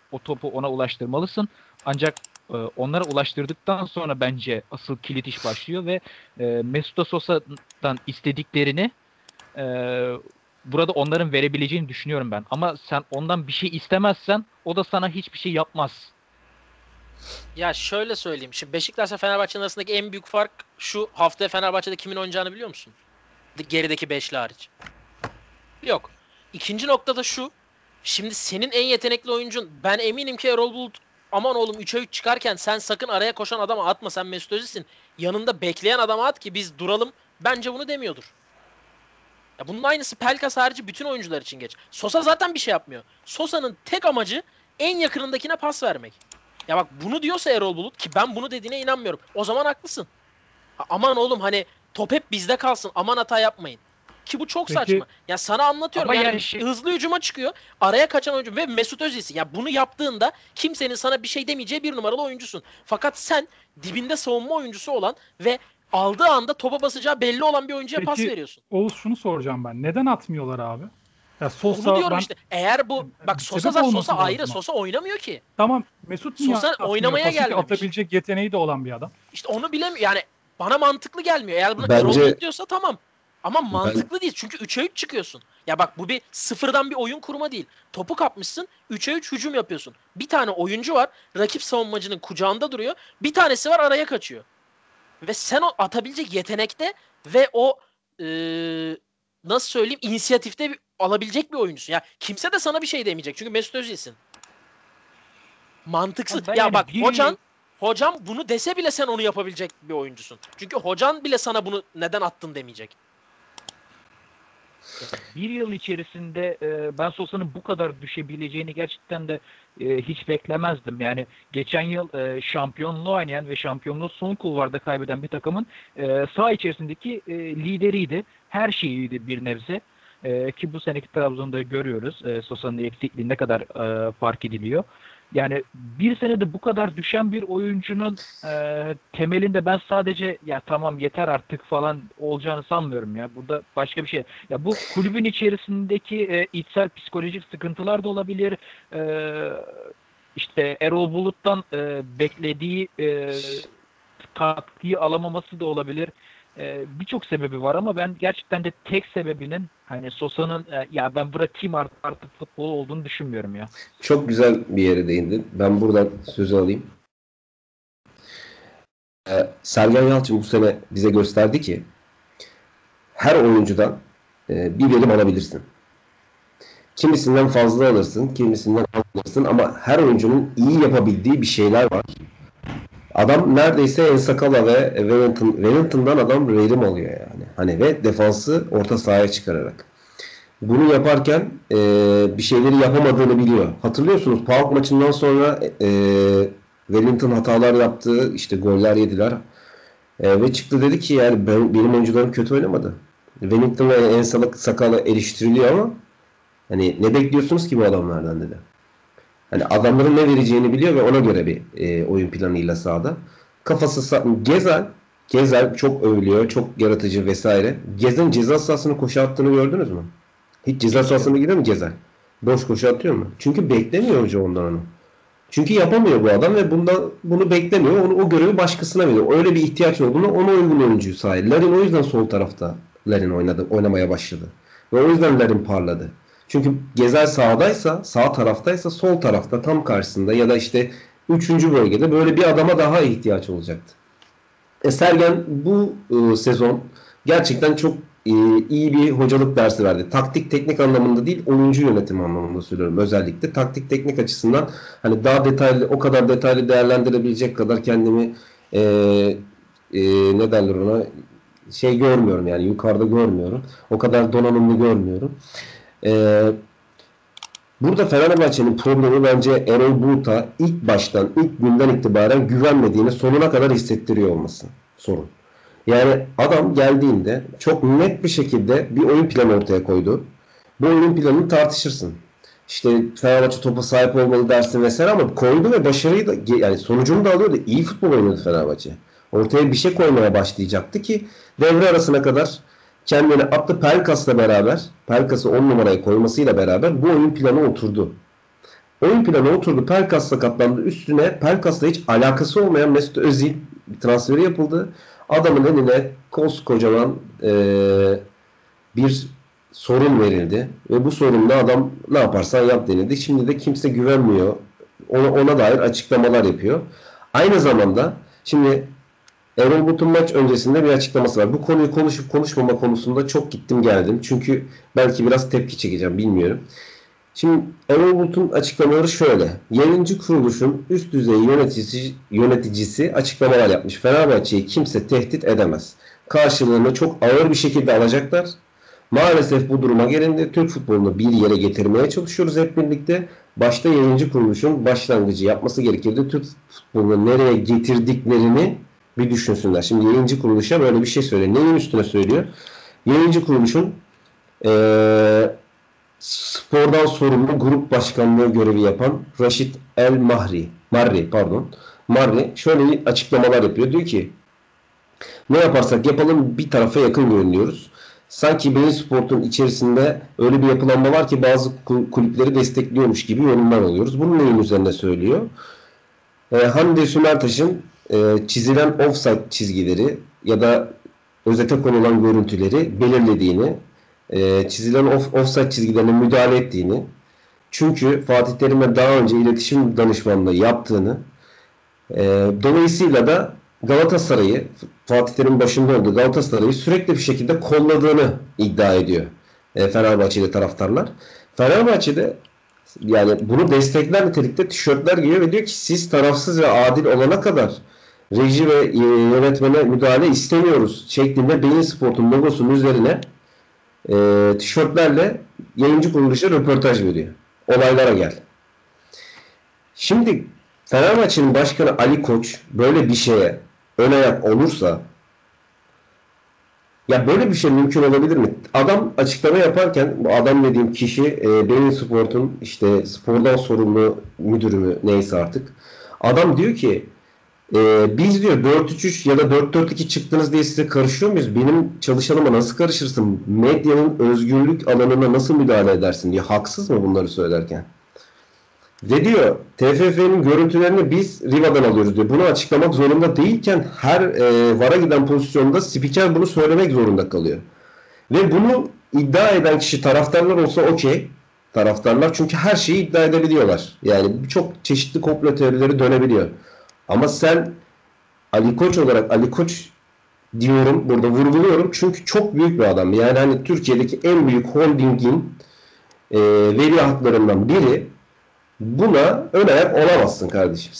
D: o topu ona ulaştırmalısın. Ancak onlara ulaştırdıktan sonra bence asıl kilit iş başlıyor ve Mesut Sosa'dan istediklerini e, burada onların verebileceğini düşünüyorum ben. Ama sen ondan bir şey istemezsen o da sana hiçbir şey yapmaz.
C: Ya şöyle söyleyeyim. Şimdi Beşiktaş'la Fenerbahçe'nin arasındaki en büyük fark şu: haftaya Fenerbahçe'de kimin oynayacağını biliyor musun? Gerideki beşli hariç. Yok. İkinci nokta da şu: şimdi senin en yetenekli oyuncun, ben eminim ki Erol Bulut aman oğlum 3'e 3 çıkarken sen sakın araya koşan adama atma, sen Mesut Özil'sin, yanında bekleyen adama at ki biz duralım, bence bunu demiyordur. Ya bunun aynısı Pelkas harici bütün oyuncular için geç. Sosa zaten bir şey yapmıyor. Sosa'nın tek amacı en yakınındakine pas vermek. Ya bak, bunu diyorsa Erol Bulut, ki ben bunu dediğine inanmıyorum, o zaman haklısın. Aman oğlum hani top hep bizde kalsın, aman hata yapmayın. Ki bu çok
B: Peki,
C: saçma. Ya sana anlatıyorum
D: ama
C: yani,
D: yani
C: hızlı hücuma çıkıyor. Araya kaçan oyuncu ve Mesut Özil'sin. Ya bunu yaptığında kimsenin sana bir şey demeyeceği bir numaralı oyuncusun. Fakat sen dibinde savunma oyuncusu olan ve aldığı anda topa basacağı belli olan bir oyuncuya pas
B: peki
C: veriyorsun.
B: Oğuz, şunu soracağım ben. Neden atmıyorlar abi? Ya
C: Onu
B: Sosa,
C: diyorum
B: ben
C: işte. Eğer bu bak,
B: bir
C: Sosa
B: sebep
C: zaten,
B: olması
C: Sosa ayrı.
B: lazım.
C: Sosa oynamıyor ki.
B: Tamam, Mesut niye
C: Sosa
B: atmıyor
C: oynamaya
B: pası ki?
C: gelmemiş.
B: Atabilecek yeteneği de olan bir adam.
C: İşte onu bilemiyorum. Yani bana mantıklı gelmiyor. Eğer bunu Erol
A: Bence
C: Bulut diyorsa tamam. Ama
A: ben
C: mantıklı değil. Çünkü 3'e 3 çıkıyorsun. Ya bak, bu bir sıfırdan bir oyun kurma değil. Topu kapmışsın, 3'e 3 hücum yapıyorsun. Bir tane oyuncu var, rakip savunmacının kucağında duruyor. Bir tanesi var, araya kaçıyor. Ve sen o atabilecek yetenekte ve o nasıl söyleyeyim, inisiyatifte alabilecek bir oyuncusun. Ya kimse de sana bir şey demeyecek. Çünkü Mesut Özil'sin. Mantıksız.
D: Ben
C: Ya
D: yani
C: bak,
D: bir
C: hocam bunu dese bile sen onu yapabilecek bir oyuncusun. Çünkü hocan bile sana bunu neden attın demeyecek.
D: Bir yıl içerisinde ben Sosa'nın bu kadar düşebileceğini gerçekten de hiç beklemezdim. Yani geçen yıl şampiyonluğu oynayan ve şampiyonluğu son kulvarda kaybeden bir takımın saha içerisindeki lideriydi. Her şeyiydi bir nebze. Ki bu seneki Trabzon'da görüyoruz. Sosa'nın eksikliği ne kadar fark ediliyor. Yani bir senede bu kadar düşen bir oyuncunun temelinde ben sadece ya tamam yeter artık falan olacağını sanmıyorum ya. Burada başka bir şey. Ya bu kulübün içerisindeki içsel psikolojik sıkıntılar da olabilir. İşte Erol Bulut'tan beklediği katkıyı alamaması da olabilir. Birçok sebebi var ama ben gerçekten de tek sebebinin hani Sosa'nın ya ben bırakayım artık futbol olduğunu düşünmüyorum ya.
A: çok güzel bir yere değindin. Ben buradan sözü alayım. Sergen Yalçın bu sene bize gösterdi ki her oyuncudan bir verim alabilirsin. Kimisinden fazla alırsın, kimisinden az alırsın ama her oyuncunun iyi yapabildiği bir şeyler var. Adam neredeyse En Sakala ve Wellington'dan adam verim alıyor yani. Hani ve defansı orta sahaya çıkararak. Bunu yaparken bir şeyleri yapamadığını biliyor. Hatırlıyorsunuz PAOK maçından sonra Wellington hatalar yaptı, işte goller yediler. Ve çıktı dedi ki yani benim oyuncularım kötü oynamadı. Wellington ve En Sakala eleştiriliyor ama hani ne bekliyorsunuz ki bu adamlardan dedi. Hani adamların ne vereceğini biliyor ve ona göre bir oyun planıyla sahada. Gezel çok övülüyor, çok yaratıcı vesaire. Gezel'in ceza sahasını koşu attığını gördünüz mü? Hiç ceza sahasına gidiyor mu Gezel? Boş koşu atıyor mu? Çünkü beklemiyor hoca ondan onu. Çünkü yapamıyor bu adam ve bunu beklemiyor. O görevi başkasına veriyor. Öyle bir ihtiyaç olduğunu ona uygun oyuncuyu sahip. Larin o yüzden sol tarafta oynamaya başladı. Ve o yüzden Larin parladı. Çünkü Gezel sağ taraftaysa sol tarafta tam karşısında ya da işte 3. bölgede böyle bir adama daha ihtiyaç olacaktı. Sergen bu sezon gerçekten çok iyi bir hocalık dersi verdi. Taktik teknik anlamında değil, oyuncu yönetimi anlamında söylüyorum özellikle. Taktik teknik açısından hani daha detaylı, o kadar detaylı değerlendirebilecek kadar kendimi e, ne derler ona, görmüyorum yani, yukarıda görmüyorum. O kadar donanımlı görmüyorum. Burada Fenerbahçe'nin problemi bence Erol Bulut'a ilk günden itibaren güvenmediğini sonuna kadar hissettiriyor olması sorun. Yani adam geldiğinde çok net bir şekilde bir oyun planı ortaya koydu. Bu oyun planını tartışırsın. İşte Fenerbahçe topa sahip olmalı dersin vesaire ama koydu ve başarıyı da, yani sonucunu da alıyordu. İyi futbol oynadı Fenerbahçe. Ortaya bir şey koymaya başlayacaktı ki devre arasına kadar kendini attı. Pelkas'la beraber, Pelkas'ı 10 numaraya koymasıyla beraber bu oyun planı oturdu. Oyun planı oturdu. Pelkas sakatlandı. Üstüne Pelkas'la hiç alakası olmayan Mesut Özil transferi yapıldı. Adamın eline koskocaman bir sorun verildi. Ve bu sorunla adam ne yaparsan yap denildi. Şimdi de kimse güvenmiyor. Ona dair açıklamalar yapıyor. Aynı zamanda şimdi Erol Bulut'un maç öncesinde bir açıklaması var. Bu konuyu konuşup konuşmama konusunda çok gittim geldim. Çünkü belki biraz tepki çekeceğim, bilmiyorum. Şimdi Erol Bulut'un açıklamaları şöyle. Yayıncı kuruluşun üst düzey yöneticisi açıklamalar yapmış. Fenerbahçe'yi kimse tehdit edemez. Karşılığını çok ağır bir şekilde alacaklar. Maalesef bu duruma gelindi. Türk futbolunu bir yere getirmeye çalışıyoruz hep birlikte. Başta yayıncı kuruluşun başlangıcı yapması gerekirdi. Türk futbolunu nereye getirdiklerini bir düşünsünler. Şimdi yayıncı kuruluşa böyle bir şey söylüyor. Neyin üstüne söylüyor? Yayıncı kuruluşun spordan sorumlu grup başkanlığı görevi yapan Raşit El Marri şöyle açıklamalar yapıyor. Diyor ki ne yaparsak yapalım bir tarafa yakın görünüyoruz. Sanki Bein Sport'un içerisinde öyle bir yapılanma var ki bazı kulüpleri destekliyormuş gibi yorumlar alıyoruz. Bunun neyin üzerine söylüyor? Hande Sümertaş'ın çizilen offside çizgileri ya da özete konulan görüntüleri belirlediğini, çizilen offside çizgilerine müdahale ettiğini, çünkü Fatih Terim'e daha önce iletişim danışmanlığı yaptığını, dolayısıyla da Galatasaray'ı, Fatih Terim'in başında olduğu Galatasaray'ı sürekli bir şekilde kolladığını iddia ediyor Fenerbahçeli taraftarlar. Fenerbahçe'de yani bunu destekler nitelikte tişörtler giyiyor ve diyor ki siz tarafsız ve adil olana kadar reji ve yönetmene müdahale istemiyoruz şeklinde Bein Sport'un logosunun üzerine tişörtlerle yayıncı kuruluşa röportaj veriyor. Olaylara gel. Şimdi Fenerbahçe'nin başkanı Ali Koç böyle bir şeye ön ayak olursa, ya böyle bir şey mümkün olabilir mi? Adam açıklama yaparken, bu adam dediğim kişi Bein Sport'un işte spordan sorumlu müdürü mü neyse artık. Adam diyor ki biz diyor 4-3-3 ya da 4-4-2 çıktınız diye size karışıyor muyuz? Benim çalışanıma nasıl karışırsın? Medyanın özgürlük alanına nasıl müdahale edersin diye. Haksız mı bunları söylerken? Ve diyor TFF'nin görüntülerini biz Riva'dan alıyoruz diyor. Bunu açıklamak zorunda değilken her VAR'a giden pozisyonda spiker bunu söylemek zorunda kalıyor. Ve bunu iddia eden kişi taraftarlar olsa okey. Taraftarlar çünkü her şeyi iddia edebiliyorlar. Yani çok çeşitli komplo teorileri dönebiliyor. Ama sen Ali Koç olarak, Ali Koç diyorum burada, vurguluyorum çünkü çok büyük bir adam. Yani hani Türkiye'deki en büyük holdingin veliahtlarından biri, buna ön ayak olamazsın kardeşim.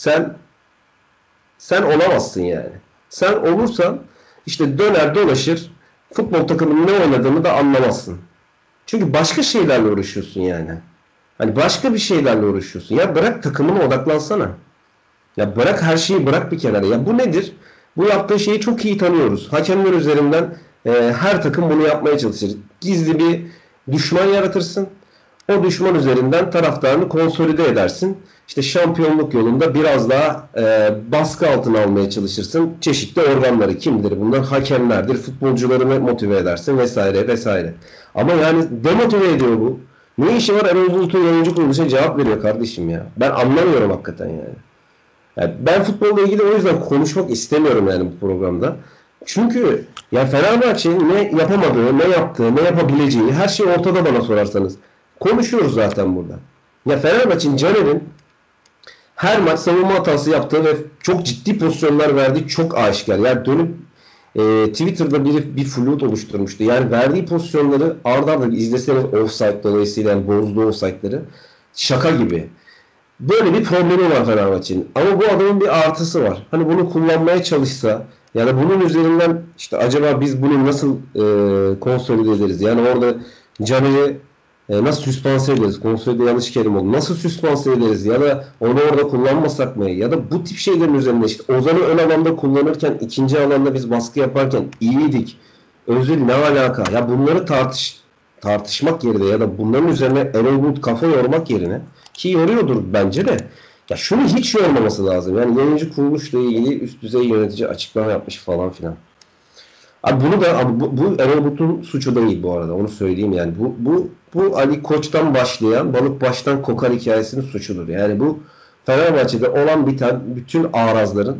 A: Sen olamazsın yani. Sen olursan işte döner dolaşır futbol takımının ne oynadığını da anlamazsın. Çünkü başka şeylerle uğraşıyorsun yani. Hani başka bir şeylerle uğraşıyorsun. Ya bırak takımına odaklansana. Ya bırak her şeyi, bırak bir kenara. Ya bu nedir? Bu yaptığı şeyi çok iyi tanıyoruz. Hakemler üzerinden her takım bunu yapmaya çalışır. Gizli bir düşman yaratırsın. O düşman üzerinden taraftarını konsolide edersin. İşte şampiyonluk yolunda biraz daha baskı altına almaya çalışırsın. Çeşitli organları, kimdir bunlar? Hakemlerdir. Futbolcularını motive edersin vesaire vesaire. Ama yani demotive ediyor bu. Ne işi var Erol Bulut'un yayıncı kuruluşa cevap veriyor kardeşim ya. Ben anlamıyorum hakikaten yani. Yani ben futbolla ilgili o yüzden konuşmak istemiyorum yani bu programda. Çünkü ya Fenerbahçe'nin ne yapamadığı, ne yaptığı, ne yapabileceği her şey ortada bana sorarsanız. Konuşuyoruz zaten burada. Ya Fenerbahçe'nin, Caner'in her maç savunma hatası yaptığı ve çok ciddi pozisyonlar verdiği çok aşikar. Yani dönüp Twitter'da bir flood oluşturmuştu. Yani verdiği pozisyonları arda arda izleseniz offside dolayısıyla yani bozduğu offside'ları şaka gibi. Böyle bir problemi var Fenerbahçe'nin. Ama bu adamın bir artısı var. Hani bunu kullanmaya çalışsa, yani bunun üzerinden işte acaba biz bunu nasıl konsolide ederiz? Yani orada Caner'i nasıl süspanse ederiz? Konsolide yanlış kelime oldu. Nasıl süspanse ederiz? Ya da onu orada kullanmasak mı? Ya da bu tip şeylerin üzerinde işte Ozan'ı ön alanda kullanırken, ikinci alanda biz baskı yaparken iyiydik. Özil ne alaka? Ya bunları tartışmak yerine ya da bunların üzerine Erol Bulut kafa yormak yerine, ki yoruyordur bence de, ya şunu hiç yormaması lazım. Yani yayıncı kuruluşla ilgili üst düzey yönetici açıklama yapmış falan filan. Abi bunu da abi bu Erol Bulut'un suçu değil bu arada. Onu söyleyeyim yani. Bu Ali Koç'tan başlayan balık baştan kokar hikayesinin suçudur. Yani bu Fenerbahçe'de olan biten bütün arazların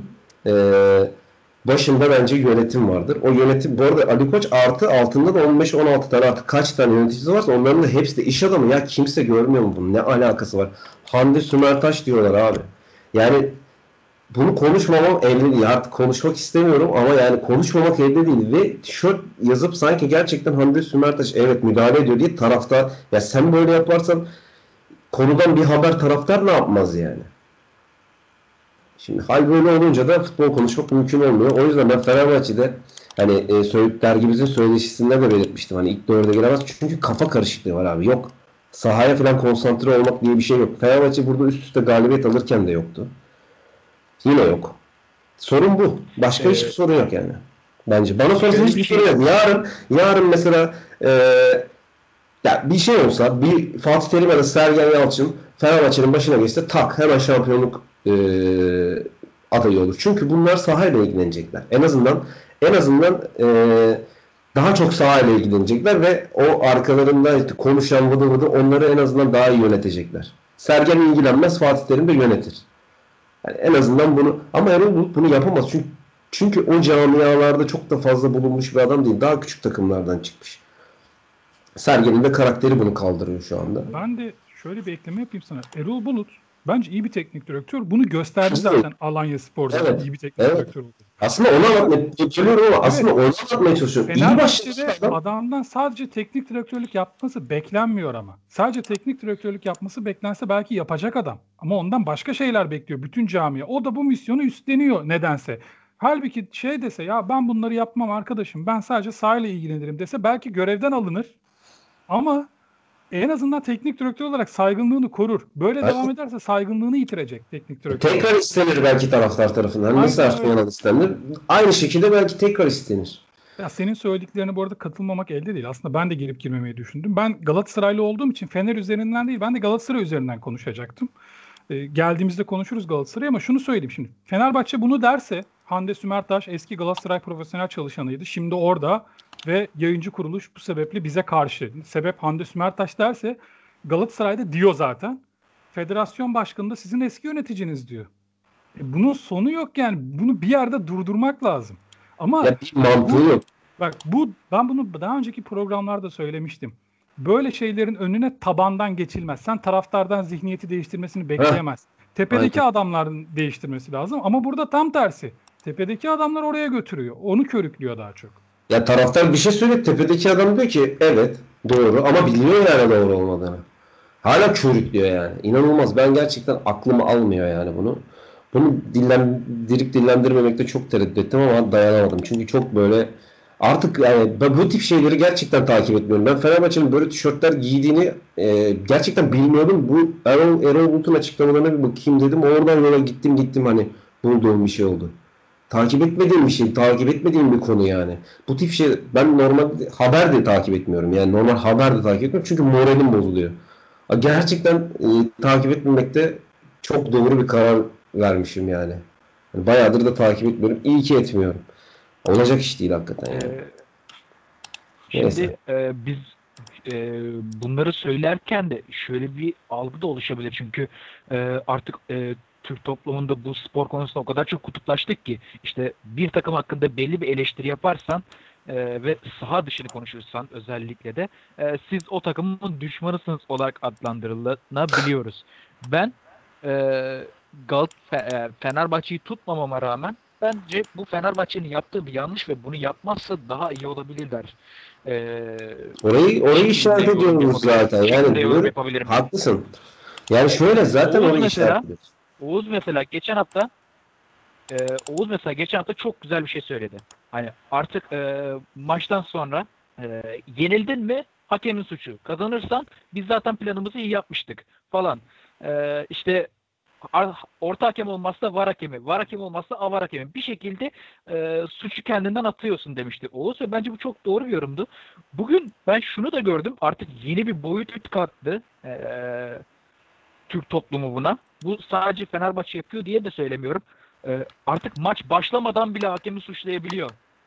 A: başında bence yönetim vardır. O yönetim bu arada Ali Koç artı altında da 15-16 tane artık kaç tane yöneticisi varsa onların da hepsi de iş adamı. Ya kimse görmüyor mu bunun? Ne alakası var? Hande Sümertaş diyorlar abi. Yani bunu konuşmamam elde değil. Artık konuşmak istemiyorum ama yani konuşmamak elde değil. Ve tişört yazıp sanki gerçekten Hande Sümertaş evet müdahale ediyor diye taraftar, ya sen böyle yaparsan konudan bir haber taraftar ne yapmaz yani? Şimdi hal böyle olunca da futbol konuşmak mümkün olmuyor. O yüzden ben Fenerbahçe'de hani dergimizin söyleşisinde de belirtmiştim. Hani ilk dörde giremez. Çünkü kafa karışıklığı var abi. Yok. Sahaya falan konsantre olmak diye bir şey yok. Fenerbahçe burada üst üste galibiyet alırken de yoktu. Yine yok. Sorun bu. Başka hiçbir sorun yok yani. Bence. Bana sorarsan
D: Şöyle
A: hiçbir
D: bir şey
A: sorun yok. Yarın mesela ya bir şey olsa bir Fatih Terim ya da Sergen Yalçın Fenerbahçe'nin başına geçse tak hemen şampiyonluk adayı olur. Çünkü bunlar sahayla ilgilenecekler. En azından daha çok sahayla ilgilenecekler ve o arkalarında işte konuşan vıdı vıdı onları en azından daha iyi yönetecekler. Sergen ilgilenmez, Fatih Terim de yönetir. Yani en azından bunu ama Erol Bulut bunu yapamaz. Çünkü o camialarda çok da fazla bulunmuş bir adam değil. Daha küçük takımlardan çıkmış. Sergen'in de karakteri bunu kaldırıyor şu anda.
B: Ben de şöyle bir ekleme yapayım sana. Erol Bulut bence iyi bir teknik direktör. Bunu gösterdi
A: Evet.
B: zaten Alanyaspor'da
A: Evet.
B: iyi bir teknik
A: Evet.
B: direktör oldu.
A: Aslında onu anlatmaya çalışıyorum ama aslında onu anlatmaya çalışıyorum. İyi başladı
B: Fenerbahçe'de
A: adam.
B: adamdan sadece teknik direktörlük yapması beklenmiyor ama. Sadece teknik direktörlük yapması beklense belki yapacak adam. Ama ondan başka şeyler bekliyor bütün camia. O da bu misyonu üstleniyor nedense. Halbuki şey dese ya ben bunları yapmam arkadaşım ben sadece sahayla ilgilenirim dese belki görevden alınır. Ama en azından teknik direktör olarak saygınlığını korur. Böyle devam
A: Aynen.
B: ederse saygınlığını yitirecek teknik direktör
A: Tekrar
B: olarak.
A: istenir belki taraftar tarafından. Nasıl
B: Aynen öyle.
A: Ertuğrul istenir? Aynı şekilde belki tekrar istenir.
B: Ya senin söylediklerine bu arada katılmamak elde değil. Aslında ben de girip girmemeyi düşündüm. Ben Galatasaraylı olduğum için Fener üzerinden değil, ben de Galatasaray üzerinden konuşacaktım. Geldiğimizde konuşuruz Galatasaray'ı ama şunu söyleyeyim şimdi. Fenerbahçe bunu derse, Hande Sümertaş eski Galatasaray profesyonel çalışanıydı. Şimdi orada ve yayıncı kuruluş bu sebeple bize karşı. Sebep Hande Sümertaş derse Galatasaray'da diyor zaten. Federasyon başkanı da sizin eski yöneticiniz diyor. Bunun sonu yok yani. Bunu bir yerde durdurmak lazım. Ama
A: Ya bir mantığı yok.
B: bak ben bunu daha önceki programlarda söylemiştim. Böyle şeylerin önüne tabandan geçilmez. Sen taraftardan zihniyeti değiştirmesini bekleyemez. Tepedeki
A: Aynen.
B: adamların değiştirmesi lazım ama burada tam tersi. Tepedeki adamlar oraya götürüyor. Onu körüklüyor daha çok.
A: Ya taraftar bir şey söylüyor. Tepedeki adam diyor ki evet doğru ama biliyor yani doğru olmadığını. Hala körüklüyor yani. İnanılmaz. Ben gerçekten aklım almıyor yani bunu. Bunu dillendirmemekte çok tereddüt ettim ama dayanamadım. Çünkü çok böyle artık yani ben bu tip şeyleri gerçekten takip etmiyorum. Ben Fenerbahçe'nin böyle tişörtler giydiğini gerçekten bilmiyordum. Bu Erol Bulut'un açıklamalarına bir bakayım dedim. Oradan yola gittim hani bulduğum bir şey oldu. Takip etmediğim bir konu yani. Bu tip şey ben normal haber de takip etmiyorum. Yani normal haber de takip etmiyorum çünkü moralim bozuluyor. Gerçekten takip etmemekte çok doğru bir karar vermişim yani. Yani bayağıdır da takip etmiyorum. İyi ki etmiyorum. Olacak iş değil hakikaten yani. Neyse.
D: Şimdi biz bunları söylerken de şöyle bir algı da oluşabilir. Çünkü artık Türk toplumunda bu spor konusunda o kadar çok kutuplaştık ki işte bir takım hakkında belli bir eleştiri yaparsan ve saha dışını konuşursan özellikle de siz o takımın düşmanısınız olarak adlandırılabiliyoruz. Ben Fenerbahçe'yi tutmamama rağmen bence bu Fenerbahçe'nin yaptığı bir yanlış ve bunu yapmazsa daha iyi olabilirler.
A: Orayı işaret
D: Şeklinde yorum
A: ediyoruz
D: yapabilirim.
A: zaten. Yani
D: Şeklinde yorum
A: bunu
D: yapabilirim.
A: haklısın. Yani şöyle zaten
D: Oğuz
A: orayı
D: mesela
A: işaret ediyoruz.
D: Oğuz mesela geçen hafta çok güzel bir şey söyledi. Hani artık maçtan sonra yenildin mi hakemin suçu. Kazanırsan biz zaten planımızı iyi yapmıştık falan. İşte orta hakem olmazsa var hakemi, var hakem olmazsa avar hakemi. Bir şekilde suçu kendinden atıyorsun demişti Oğuz ve bence bu çok doğru bir yorumdu. Bugün ben şunu da gördüm. Artık yeni bir boyut kattı Türk toplumu buna. Bu sadece Fenerbahçe yapıyor diye de söylemiyorum. Artık maç başlamadan bile hakemi suçlayabiliyor.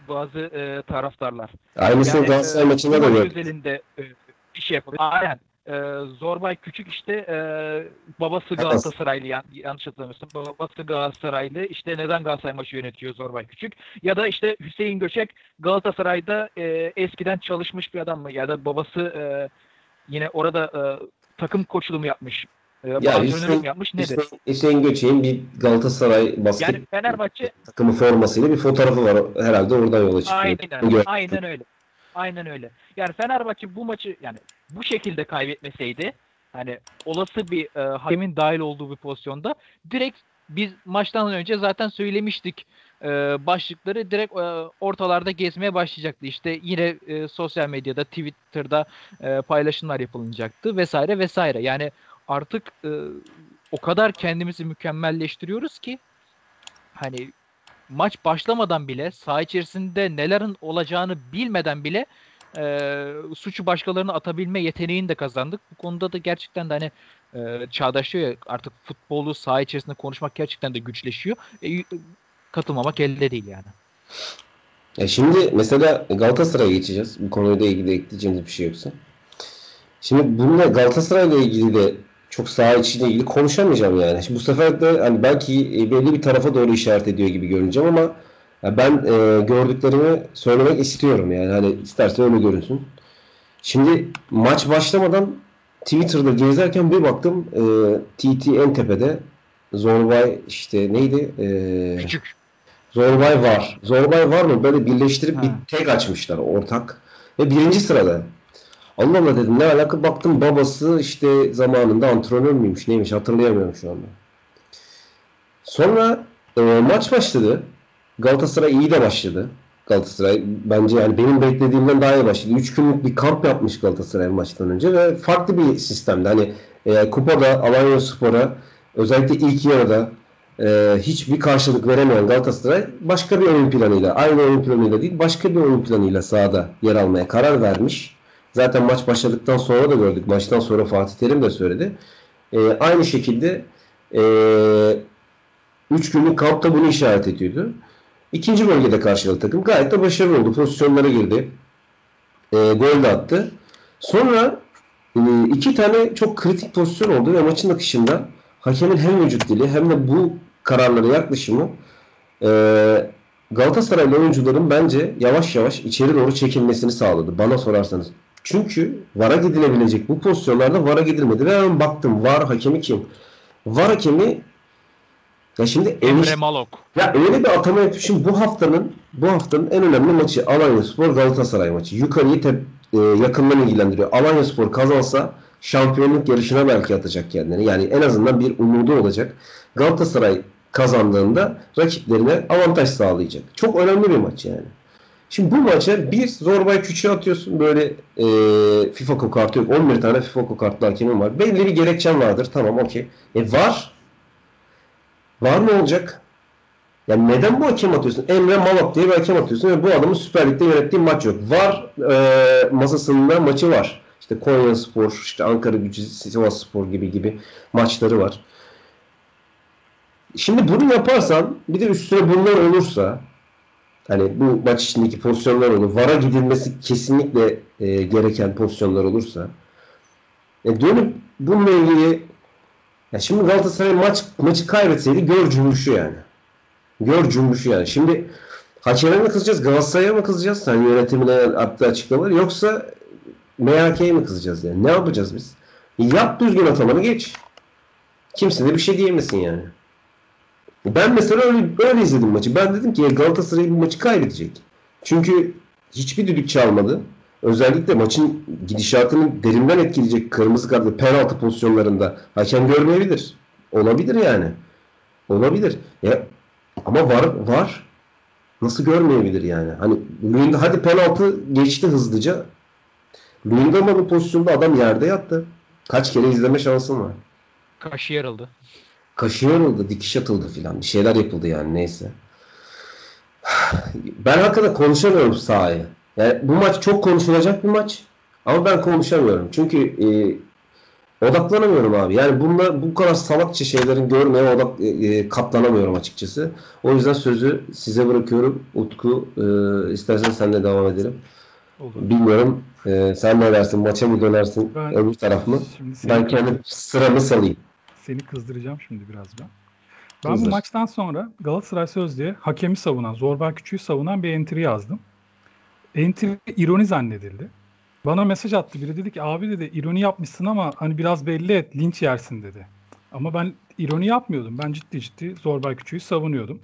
D: bazı taraftarlar.
A: Aynısını
D: Yani
A: Galatasaray
D: bu
A: maçında da
D: maç
A: gördük.
D: özelinde bir şey yapıyor. Aynen. Zorbay Küçük işte babası
A: Evet.
D: Galatasaraylı yanlış hatırlamıyorsam babası Galatasaraylı işte neden Galatasaray maçı yönetiyor Zorbay Küçük ya da işte Hüseyin Göçek Galatasaray'da eskiden çalışmış bir adam mı ya da babası yine orada takım koçluğu mu yapmış
A: Ya
D: antrenörlük mü yapmış nedir?
A: Hüseyin Göçek'in bir Galatasaray basket
D: Yani Fenerbahçe
A: takımı formasıyla bir fotoğrafı var. Herhalde oradan yola çıkıyor.
D: aynen öyle. Aynen öyle. Yani Fenerbahçe bu maçı yani bu şekilde kaybetmeseydi hani olası bir hakemin dahil olduğu bir pozisyonda direkt biz maçtan önce zaten söylemiştik başlıkları direkt ortalarda gezmeye başlayacaktı. İşte yine sosyal medyada, Twitter'da paylaşımlar yapılacaktı vesaire vesaire. Yani artık o kadar kendimizi mükemmelleştiriyoruz ki hani maç başlamadan bile saha içerisinde nelerin olacağını bilmeden bile suçu başkalarına atabilme yeteneğini de kazandık. Bu konuda da gerçekten de hani çağdaşlıyor ya artık futbolu saha içerisinde konuşmak gerçekten de güçleşiyor. Katılmamak elde değil yani.
A: Şimdi mesela Galatasaray'a geçeceğiz. Bu konuyla ilgili ekleyeceğimiz bir şey yoksa. Şimdi bununla Galatasaray'la ilgili de çok saha içiyle ilgili konuşamayacağım yani. Şimdi bu sefer de hani belki belli bir tarafa doğru işaret ediyor gibi görüneceğim ama ya ben gördüklerimi söylemek istiyorum yani. Hani isterse öyle görünsün. Şimdi maç başlamadan Twitter'da gezerken bir baktım TT en tepede Zorbay işte neydi?
D: Küçük.
A: Zorbay var. Zorbay var mı? Böyle birleştirip bir
D: Ha.
A: tek açmışlar ortak. Ve birinci sırada. Allah Allah dedim ne alaka baktım babası işte zamanında antrenör müymüş neymiş hatırlayamıyorum şu anda. Sonra maç başladı. Galatasaray iyi de başladı. Galatasaray bence yani benim beklediğimden daha iyi başladı. 3 günlük bir kamp yapmış Galatasaray maçtan önce ve farklı bir sistemde. Hani kupada Alanyaspor'a özellikle ilk yarıda hiçbir karşılık veremeyen Galatasaray başka bir oyun planıyla, aynı oyun planıyla değil başka bir oyun planıyla sahada yer almaya karar vermiş. Zaten maç başladıktan sonra da gördük. Maçtan sonra Fatih Terim de söyledi. Aynı şekilde 3 günlük kampta bunu işaret ediyordu. İkinci bölgede karşıladı takım. Gayet de başarılı oldu. Pozisyonlara girdi. Gol de attı. Sonra iki tane çok kritik pozisyon oldu ve maçın akışında hakemin hem vücut dili hem de bu kararlara yaklaşımı Galatasaraylı oyuncuların bence yavaş yavaş içeri doğru çekilmesini sağladı. Bana sorarsanız. Çünkü VAR'a gidilebilecek bu pozisyonlarda VAR'a gidilmedi. Ve ben baktım VAR hakemi kim? VAR hakemi ya şimdi
D: Emre Malok.
A: ya öyle bir atama yapmışım bu haftanın en önemli maçı Alanyaspor Galatasaray maçı. Yukarıyı yakından ilgilendiriyor. Alanyaspor kazansa şampiyonluk yarışına belki atacak kendini. Yani en azından bir umudu olacak. Galatasaray kazandığında rakiplerine avantaj sağlayacak. Çok önemli bir maç yani. Şimdi bu maça bir Zorbay Küçük'e atıyorsun. Böyle FIFA kokartı yok. 11 tane FIFA kokartlı hakemin var. Belli bir gerekçen vardır. Tamam okey. Var. Var ne olacak? Yani neden bu hakem atıyorsun? Emre Malak diye bir hakem atıyorsun ve bu adamın Süper Lig'de yönettiği maç yok. VAR masasında maçı var. İşte Konyaspor, işte Ankaragücü, Sivasspor gibi maçları var. Şimdi bunu yaparsan bir de üstüne bunlar olursa hani bu maç içindeki pozisyonlar olur. VAR'a gidilmesi kesinlikle gereken pozisyonlar olursa dönüp bununla ilgili ya şimdi Galatasaray maçı kaybetseydi gör cümbüşü yani. Gör cümbüşü yani. Şimdi hakeme mi kızacağız? Galatasaray'a mı kızacağız? Hani yönetimine attığı açıklamalar. Yoksa MHK'ye mi kızacağız yani? Ne yapacağız biz? Yap düzgün atamanı geç. Kimse de bir şey diyemesin yani. Ben mesela öyle izledim maçı. Ben dedim ki Galatasaray bu maçı kaybedecek. Çünkü hiçbir düdük çalmadı. Özellikle maçın gidişatını derinden etkileyecek kırmızı kartlı penaltı pozisyonlarında hakem görmeyebilir. Olabilir yani. Olabilir. Ya ama var. Nasıl görmeyebilir yani? Hani hadi penaltı geçti hızlıca. Luyendama'nın pozisyonunda adam yerde yattı. Kaç kere izleme şansım var.
D: Kaşı yarıldı.
A: Kaşı yoruldu, dikiş atıldı filan. Bir şeyler yapıldı yani neyse. Ben hakikaten konuşamıyorum sahayı. Yani bu maç çok konuşulacak bir maç. Ama ben konuşamıyorum. Çünkü Odaklanamıyorum abi. Yani bunlar bu kadar salakça şeylerin görmeye katlanamıyorum açıkçası. O yüzden sözü size bırakıyorum. Utku, istersen senle devam edelim.
B: Olur.
A: Bilmiyorum. Sen ne dersin? Maça mı dönersin?
B: Ben
A: Öbür taraf mı?
B: şimdi
A: Ben kendi sıramı salayım.
B: seni kızdıracağım şimdi biraz ben. Ben bu
A: Kızdır.
B: maçtan sonra Galatasaray Sözlüğe hakemi savunan, Zorbay Küçük'ü savunan bir entry yazdım. Entry ironi zannedildi. Bana mesaj attı biri, dedi ki abi dedi ironi yapmışsın ama hani biraz belli et, linç yersin dedi. Ama ben ironi yapmıyordum. Ben ciddi ciddi Zorbay Küçük'ü savunuyordum.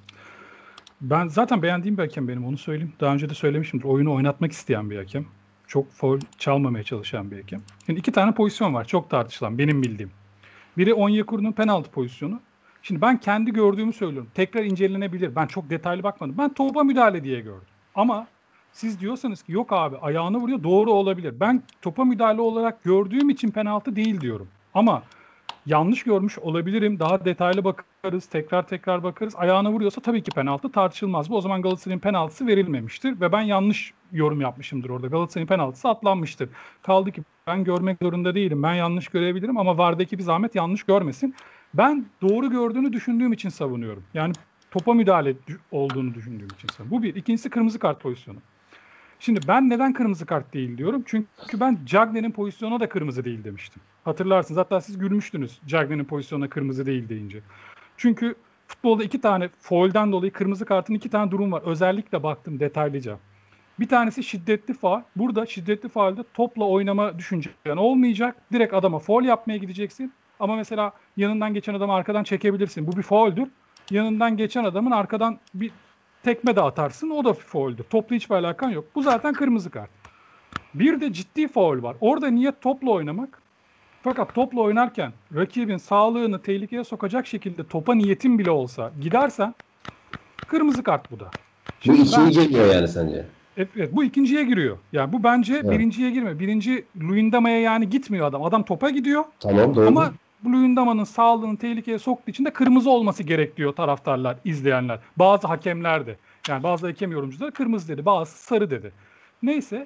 B: Ben zaten beğendiğim bir hakem benim, onu söyleyeyim. Daha önce de söylemişimdir. Oyunu oynatmak isteyen bir hakem. Çok faul çalmamaya çalışan bir hakem. Şimdi 2 tane pozisyon var çok tartışılan benim bildiğim. Biri Onyekuru'nun penaltı pozisyonu. Şimdi ben kendi gördüğümü söylüyorum. Tekrar incelenebilir. Ben çok detaylı bakmadım. Ben topa müdahale diye gördüm. Ama siz diyorsanız ki yok abi ayağını vuruyor, doğru olabilir. Ben topa müdahale olarak gördüğüm için penaltı değil diyorum. Ama yanlış görmüş olabilirim. Daha detaylı bakarız. Tekrar bakarız. Ayağına vuruyorsa tabii ki penaltı, tartışılmaz bu. O zaman Galatasaray'ın penaltısı verilmemiştir. Ve ben yanlış yorum yapmışımdır orada. Galatasaray'ın penaltısı atlanmıştır. Kaldı ki ben görmek zorunda değilim. Ben yanlış görebilirim ama VAR'daki bir zahmet yanlış görmesin. Ben doğru gördüğünü düşündüğüm için savunuyorum. Yani topa müdahale olduğunu düşündüğüm için savunuyorum. Bu bir. İkincisi kırmızı kart pozisyonu. Şimdi ben neden kırmızı kart değil diyorum? Çünkü ben Cagney'in pozisyonuna da kırmızı değil demiştim. Hatırlarsınız. Hatta siz gülmüştünüz Cagney'in pozisyonuna kırmızı değil deyince. Çünkü futbolda 2 tane faulden dolayı kırmızı kartın 2 tane durum var. Özellikle baktım detaylıca. Bir tanesi şiddetli faul. Burada şiddetli faulde topla oynama düşüncen olmayacak. Direkt adama faul yapmaya gideceksin. Ama mesela yanından geçen adamı arkadan çekebilirsin. Bu bir fauldür. Yanından geçen adamın arkadan bir tekme de atarsın. O da fauldür. Topla hiçbir alakan yok. Bu zaten kırmızı kart. Bir de ciddi faul var. Orada niyet topla oynamak. Fakat topla oynarken rakibin sağlığını tehlikeye sokacak şekilde topa niyetin bile olsa gidersen kırmızı kart bu da.
A: Bu
B: Şimdi
A: ikiye geliyor yani sence?
B: Evet, bu ikinciye giriyor. Yani bu bence
A: Evet.
B: birinciye girmiyor. Birinci Luyendama'ya yani gitmiyor adam. Adam topa gidiyor.
A: Tamam, doğru.
B: Ama Luyendama'nın sağlığını tehlikeye soktuğu için de kırmızı olması gerekiyor taraftarlar, izleyenler. Bazı hakemler de. Yani bazı hakem yorumcuları kırmızı dedi. Bazısı sarı dedi. Neyse.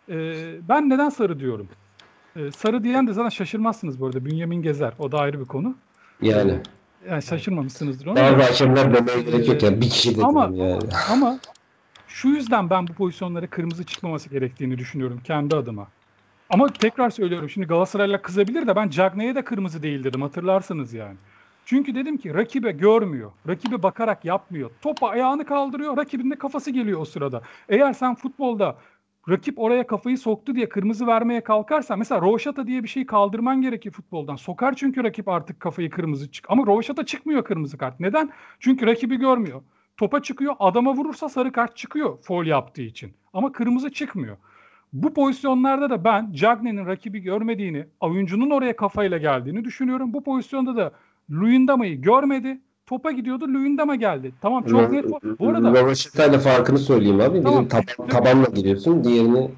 B: Ben neden sarı diyorum? Sarı diyen de zaten şaşırmazsınız bu arada. Bünyamin Gezer. O da ayrı bir konu.
A: Yani.
B: Yani şaşırmamışsınızdır ona.
A: Bazı hakemler demeye gerek yok yani. Bir kişi dedim yani.
B: Ama şu yüzden ben bu pozisyonlara kırmızı çıkmaması gerektiğini düşünüyorum kendi adıma. Ama tekrar söylüyorum, şimdi Galatasaray'la kızabilir de ben Cagney'e de kırmızı değil dedim, hatırlarsınız yani. Çünkü dedim ki rakibe görmüyor. Rakibe bakarak yapmıyor. Topa ayağını kaldırıyor. Rakibin de kafası geliyor o sırada. Eğer sen futbolda rakip oraya kafayı soktu diye kırmızı vermeye kalkarsan, mesela rovaşata diye bir şey kaldırman gerekir futboldan. Sokar çünkü rakip artık kafayı kırmızı çık. Ama rovaşata çıkmıyor kırmızı kart. Neden? Çünkü rakibi görmüyor. Topa çıkıyor. Adama vurursa sarı kart çıkıyor faul yaptığı için. Ama kırmızı çıkmıyor. Bu pozisyonlarda da ben Cagney'in rakibi görmediğini, oyuncunun oraya kafayla geldiğini düşünüyorum. Bu pozisyonda da Luyendama'yı görmedi. Topa gidiyordu. Luyendama geldi. Tamam, çok net. Bu arada
A: Rövaşatayla farkını söyleyeyim abi.
B: tamam,
A: Biri tabanla giriyorsun, diğerini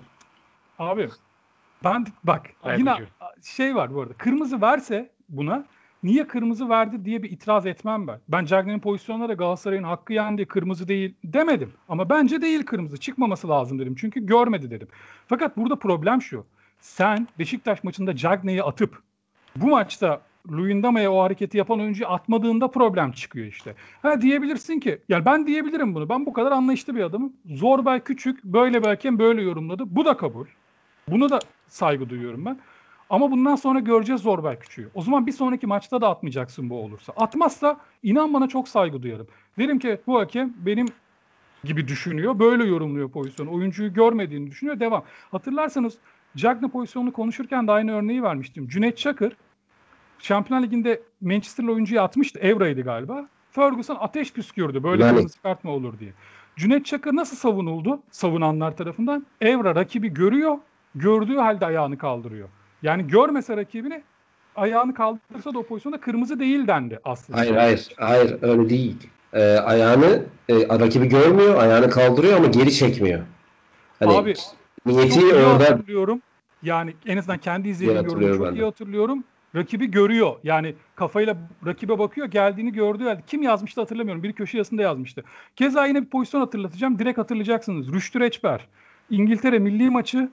B: abi ben bak yine şey var bu arada. Kırmızı verse buna niye kırmızı verdi diye bir itiraz etmem ben. Ben Cagney'in pozisyonunda da Galatasaray'ın hakkı yendi, kırmızı değil demedim. Ama bence değil, kırmızı çıkmaması lazım dedim. Çünkü görmedi dedim. Fakat burada problem şu. Sen Beşiktaş maçında Cagney'i atıp bu maçta Luyendama'ya o hareketi yapan oyuncuyu atmadığında problem çıkıyor işte. Ha diyebilirsin ki, yani ben diyebilirim bunu. Ben bu kadar anlayışlı bir adamım. Zorbay Küçük böyle bir hakem böyle yorumladı. Bu da kabul. Buna da saygı duyuyorum ben. Ama bundan sonra göreceğiz Zorbay Küçük'ü. O zaman bir sonraki maçta da atmayacaksın bu olursa. Atmazsa inan bana çok saygı duyarım. Derim ki bu hakem benim gibi düşünüyor. Böyle yorumluyor pozisyonu. Oyuncuyu görmediğini düşünüyor. Devam. Hatırlarsanız Cagney pozisyonunu konuşurken de aynı örneği vermiştim. Cüneyt Çakır Şampiyonlar Ligi'nde Manchester'lı oyuncuyu atmıştı. Evra'ydı galiba. Ferguson ateş püskürdü. Böyle kırmızı kart mı olur diye. Cüneyt Çakır nasıl savunuldu? Savunanlar tarafından. Evra rakibi görüyor. Gördüğü halde ayağını kaldırıyor. Yani görmese rakibini, ayağını kaldırırsa da o pozisyonda kırmızı değil dendi aslında.
A: Hayır öyle değil. Ayağını rakibi görmüyor, ayağını kaldırıyor ama geri çekmiyor. Hani
B: abi
A: niyeti
B: çok iyi
A: orada
B: hatırlıyorum. Yani en azından kendi izlediğim yorumu çok iyi hatırlıyorum. Rakibi görüyor. Yani kafayla rakibe bakıyor. Geldiğini gördüğü halde. Kim yazmıştı hatırlamıyorum. Bir köşe yazısında yazmıştı. Keza yine bir pozisyon hatırlatacağım. Direkt hatırlayacaksınız. Rüştü Reçber. İngiltere milli maçı.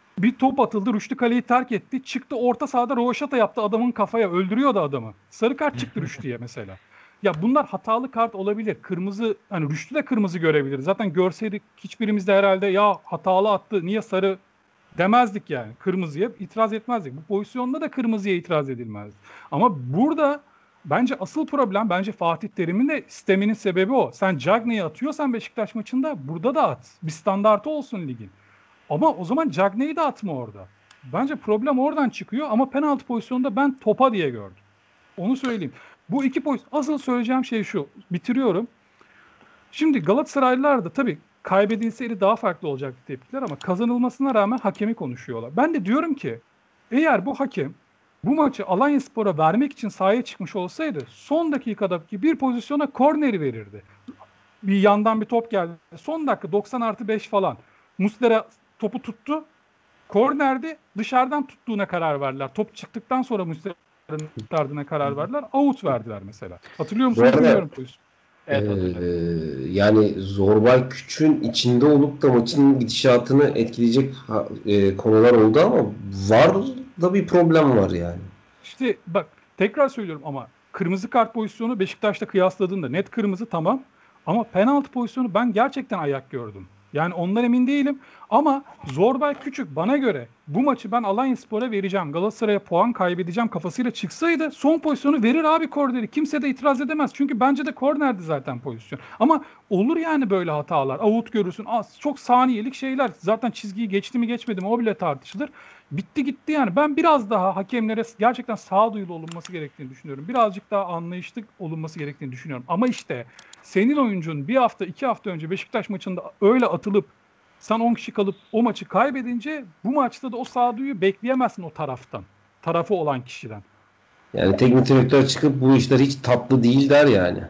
B: Bir top atıldı. Rüştü kaleyi terk etti. Çıktı orta sahada rövaşata yaptı. Adamın kafaya öldürüyordu adamı. Sarı kart çıktı Rüştü'ye mesela. Ya bunlar hatalı kart olabilir. Kırmızı, hani Rüştü de kırmızı görebilir. Zaten görseydik hiçbirimiz de herhalde ya hatalı attı niye sarı demezdik yani. Kırmızıya itiraz etmezdik. Bu pozisyonda da kırmızıya itiraz edilmezdi. Ama burada bence asıl problem, bence Fatih Terim'in de sisteminin sebebi o. Sen Cagney'i atıyorsan Beşiktaş maçında burada da at. Bir standartı olsun ligin. Ama o zaman Cagney'i de atma orada. Bence problem oradan çıkıyor ama penaltı pozisyonunda ben topa diye gördüm. Onu söyleyeyim. Bu iki pozisyon, asıl söyleyeceğim şey şu. Bitiriyorum. Şimdi Galatasaraylılar da tabii kaybedilseydi daha farklı olacaktı tepkiler ama kazanılmasına rağmen hakemi konuşuyorlar. Ben de diyorum ki eğer bu hakem bu maçı Alanyaspor'a vermek için sahaya çıkmış olsaydı son dakikadaki bir pozisyona korneri verirdi. Bir yandan bir top geldi. Son dakika 90+5 falan. Muslera topu tuttu. Kornerdi. Dışarıdan tuttuğuna karar verdiler. Top çıktıktan sonra Muslera'nın kurtardığına karar verdiler. Out verdiler mesela. Hatırlıyor musun?
A: Bu arada
B: Bilmiyorum pozisyon.
D: Evet, hatırladım.
A: yani Zorbay Küçük'ün içinde olup da maçın gidişatını etkileyecek konular oldu ama var da bir problem var yani.
B: İşte bak tekrar söylüyorum ama kırmızı kart pozisyonu Beşiktaş'ta kıyasladığında net kırmızı tamam. Ama penaltı pozisyonu ben gerçekten ayak gördüm. Yani ondan emin değilim. Ama Zorbay Küçük bana göre bu maçı ben Alanyaspor'a vereceğim. Galatasaray'a puan kaybedeceğim kafasıyla çıksaydı son pozisyonu verir abi korneri. Kimse de itiraz edemez. Çünkü bence de kornerdi zaten pozisyon. Ama olur yani böyle hatalar. Avut görürsün. Çok saniyelik şeyler. Zaten çizgiyi geçti mi geçmedi mi o bile tartışılır. Bitti gitti yani. Ben biraz daha hakemlere gerçekten sağduyulu olunması gerektiğini düşünüyorum. Birazcık daha anlayışlı olunması gerektiğini düşünüyorum. Ama işte senin oyuncun bir hafta 2 hafta önce Beşiktaş maçında öyle atılıp sen 10 kişi kalıp o maçı kaybedince bu maçta da o sağduyu bekleyemezsin o taraftan. Tarafı olan kişiden.
A: Yani teknik direktör çıkıp bu işler hiç tatlı değil der yani.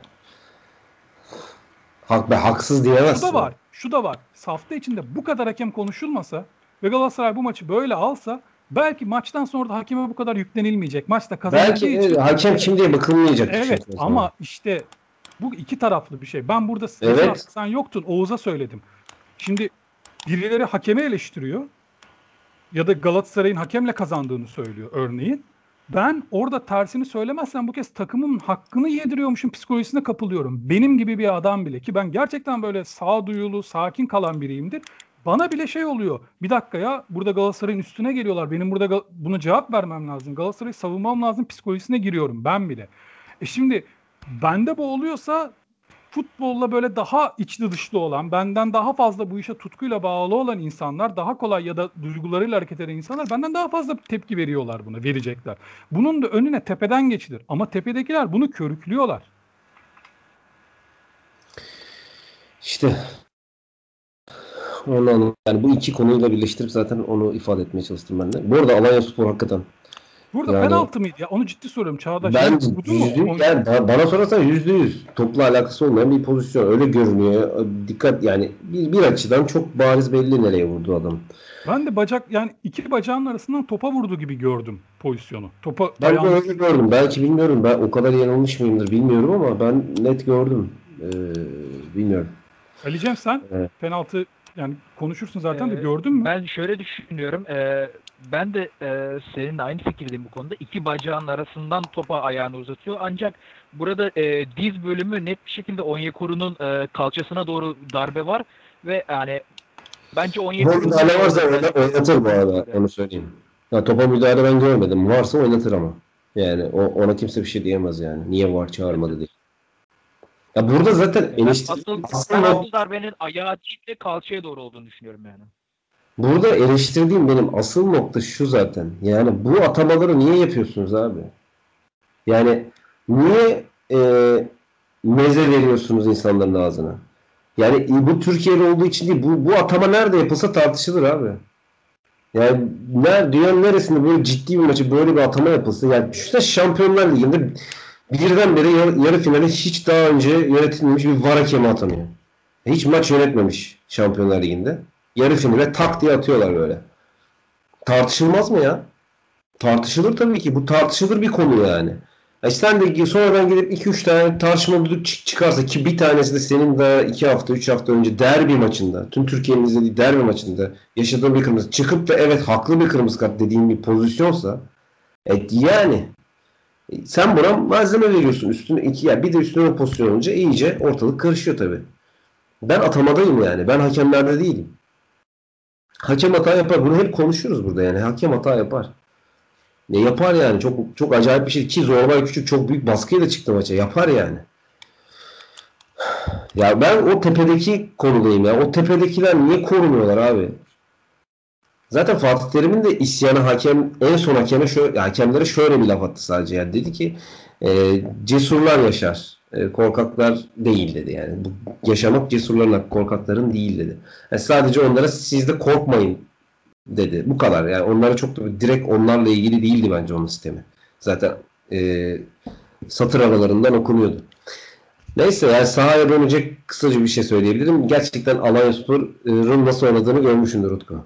A: Haksız diyemezsin.
B: Şu da var. Hafta içinde bu kadar hakem konuşulmasa ve Galatasaray bu maçı böyle alsa belki maçtan sonra da hakeme bu kadar yüklenilmeyecek. Maçta kazanıldığı
A: Belki
B: için.
A: hakem kim diye bakılmayacak.
B: Evet ama işte bu iki taraflı bir şey. Ben burada sen yoktun. Oğuz'a söyledim. Şimdi birileri hakemi eleştiriyor ya da Galatasaray'ın hakemle kazandığını söylüyor örneğin. Ben orada tersini söylemezsem bu kez takımın hakkını yediriyormuşum psikolojisine kapılıyorum. Benim gibi bir adam bile ki ben gerçekten böyle sağduyulu, sakin kalan biriyimdir. Bana bile şey oluyor. Bir dakika ya burada Galatasaray'ın üstüne geliyorlar. Benim burada buna cevap vermem lazım. Galatasaray'ı savunmam lazım psikolojisine giriyorum ben bile. Şimdi bende bu oluyorsa futbolla böyle daha içli dışlı olan, benden daha fazla bu işe tutkuyla bağlı olan insanlar, daha kolay ya da duygularıyla hareket eden insanlar benden daha fazla tepki veriyorlar buna, verecekler. Bunun da önüne tepeden geçilir. Ama tepedekiler bunu körüklüyorlar.
A: İşte yani bu iki konuyla birleştirip zaten onu ifade etmeye çalıştım ben de. Bu arada Alanyaspor hakikaten.
B: Burada
A: yani,
B: penaltı mıydı ya? Onu ciddi soruyorum Çağdaş.
A: Ben %100 yani bana sorarsan %100 topla alakası olmayan bir pozisyon. Öyle görünüyor. Dikkat yani bir açıdan çok bariz belli nereye vurdu adam.
B: Ben de iki bacağın arasından topa vurdu gibi gördüm pozisyonu.
A: Ben de öyle gördüm. Belki bilmiyorum. Ben o kadar yanılmış mıyımdır bilmiyorum ama ben net gördüm. Bilmiyorum.
B: Ali sen penaltı yani konuşursun zaten de gördün mü?
D: Ben şöyle düşünüyorum. Ben de seninle aynı fikirdeyim bu konuda. İki bacağın arasından topa ayağını uzatıyor. Ancak burada diz bölümü net bir şekilde Onyekuru'nun kalçasına doğru darbe var ve yani bence Onyekuru
A: müdahale varsa oynatır bu arada. Onu söyleyeyim. Ya, topa müdahale ben görmedim. Varsa oynatır ama. Yani ona kimse bir şey diyemez yani. Niye var çağırmadı diye. Ya burada zaten
D: asıl darbenin ayağı değil de kalçaya doğru olduğunu düşünüyorum yani.
A: Burada eleştirdiğim benim asıl nokta şu zaten. Yani bu atamaları niye yapıyorsunuz abi? Yani niye meze veriyorsunuz insanların ağzına? Yani bu Türkiye'de olduğu için değil. Bu atama nerede yapılsa tartışılır abi. Yani dünyanın neresinde böyle ciddi bir maçı böyle bir atama yapılsa. Yani düşünsene Şampiyonlar Ligi'nde birdenbire yarı finale hiç daha önce yönetilmemiş bir VAR hakemi atanıyor. Hiç maç yönetmemiş Şampiyonlar Ligi'nde. Yarı finale tak diye atıyorlar böyle. Tartışılmaz mı ya? Tartışılır tabii ki. Bu tartışılır bir konu yani. Sen de sonradan gidip 2-3 tane tartışma düdük çıkarsa ki bir tanesi de senin daha 2 hafta 3 hafta önce derbi maçında, tüm Türkiye'nin izlediği derbi maçında yaşadığın bir kırmızı çıkıp da evet haklı bir kırmızı kart dediğin bir pozisyonsa yani sen buna malzeme veriyorsun. Üstüne iki ya bir de üstüne o pozisyon olunca iyice ortalık karışıyor tabii. Ben atamadayım yani. Ben hakemlerde değilim. Hakem hata yapar. Bunu hep konuşuyoruz burada yani. Hakem hata yapar. Ne yapar yani? Çok çok acayip bir şey ki Zorbay Küçük çok büyük baskıyla çıktı maça. Yapar yani. Ya ben o tepedeki konudayım ya. O tepedekiler niye korumuyorlar abi? Zaten Fatih Terim'in de isyanı en son hakemlere şöyle bir laf attı sadece. Yani dedi ki cesurlar yaşar. Korkaklar değil dedi yani. Bu, yaşamak cesurların hakkı, korkakların değil dedi. Yani sadece onlara siz de korkmayın dedi. Bu kadar. Yani onlara çok da direkt onlarla ilgili değildi bence onun sistemi. Zaten satır aralarından okunuyordu. Neyse yani sahaya dönecek kısaca bir şey söyleyebilirim. Gerçekten Alanyaspor'un nasıl oynadığını görmüşsündür Utku.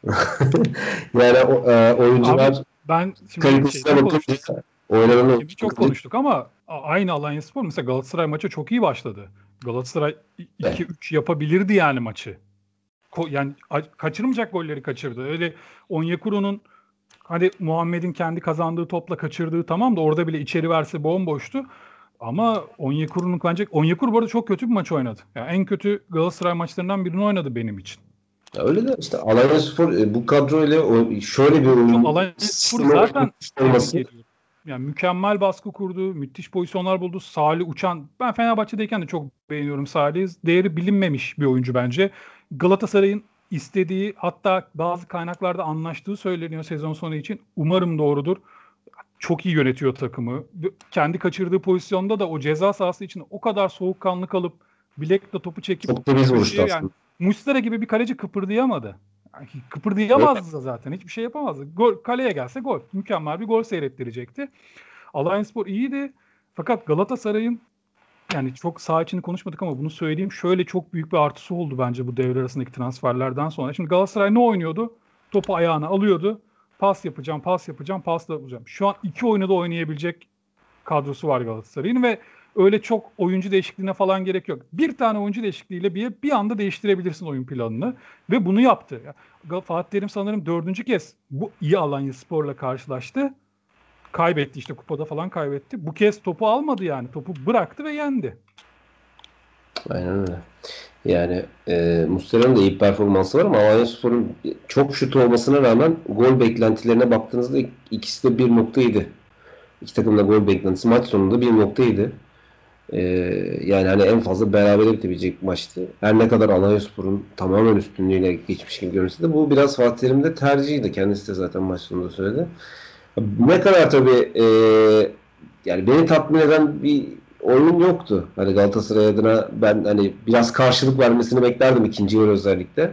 A: Yani oyuncular
B: Abi ben şimdi
A: kalitesine
B: şeyden konuştuk.
A: bakınca oynanan
B: Şimdi çok konuştuk ama aynı Alanyaspor mesela Galatasaray maça çok iyi başladı. Galatasaray 2-3 yapabilirdi yani maçı. Yani kaçırmayacak golleri kaçırdı. Öyle Onyekuru'nun hadi Muhammed'in kendi kazandığı topla kaçırdığı tamam da orada bile içeri verse bomboştu. Ama Onyekuru bu arada çok kötü bir maç oynadı. Yani en kötü Galatasaray maçlarından birini oynadı benim için.
A: Ya öyle de işte Alanyaspor bu kadroyla şöyle bir oyun
B: Alanyaspor
A: sistemi
B: zaten
A: olması
B: tebrik ediyorum. Yani mükemmel baskı kurdu, müthiş pozisyonlar buldu. Salih Uçan, ben Fenerbahçe'deyken de çok beğeniyorum Salih'i. Değeri bilinmemiş bir oyuncu bence. Galatasaray'ın istediği, hatta bazı kaynaklarda anlaştığı söyleniyor sezon sonu için. Umarım doğrudur. Çok iyi yönetiyor takımı. Kendi kaçırdığı pozisyonda da o ceza sahası için o kadar soğukkanlı kalıp bilekle topu çekip
A: çok temiz vuruştu
B: köşeye, yani
A: aslında.
B: Muslera gibi bir kaleci kıpırdayamadı. Yani
A: Evet.
B: kıpırdayamazdı da zaten. Hiçbir şey yapamazdı. Kaleye gelse gol. Mükemmel bir gol seyrettirecekti. Alanyaspor iyiydi. Fakat Galatasaray'ın, yani çok saha içini konuşmadık ama bunu söyleyeyim. Şöyle çok büyük bir artısı oldu bence bu devre arasındaki transferlerden sonra. Şimdi Galatasaray ne oynuyordu? Topu ayağına alıyordu. Pas yapacağım, pas yapacağım, pas da yapacağım. Şu an iki oyunu da oynayabilecek kadrosu var Galatasaray'ın ve öyle çok oyuncu değişikliğine falan gerek yok. Bir tane oyuncu değişikliğiyle bir anda değiştirebilirsin oyun planını ve bunu yaptı. Fatih Terim sanırım 4. kez bu iyi Alanyaspor'la karşılaştı. Kaybetti, işte kupada falan kaybetti. Bu kez topu almadı yani. Topu bıraktı ve yendi.
A: Aynen öyle. Yani Muslera'nın da iyi performansı var ama Alanyaspor'un çok şut olmasına rağmen gol beklentilerine baktığınızda ikisi de 1.7. İki takım da gol beklentisi maç sonunda 1.7. Yani hani en fazla berabere bitebilecek maçtı. Her ne kadar Alanyaspor'un tamamen üstünlüğüyle geçmiş gibi görünse de bu biraz Fatih Terim'in de tercihiydi. Kendisi de zaten maç sonunda söyledi. Ne kadar tabii yani beni tatmin eden bir oyun yoktu. Hani Galatasaray adına ben hani biraz karşılık vermesini beklerdim ikinci yarı özellikle.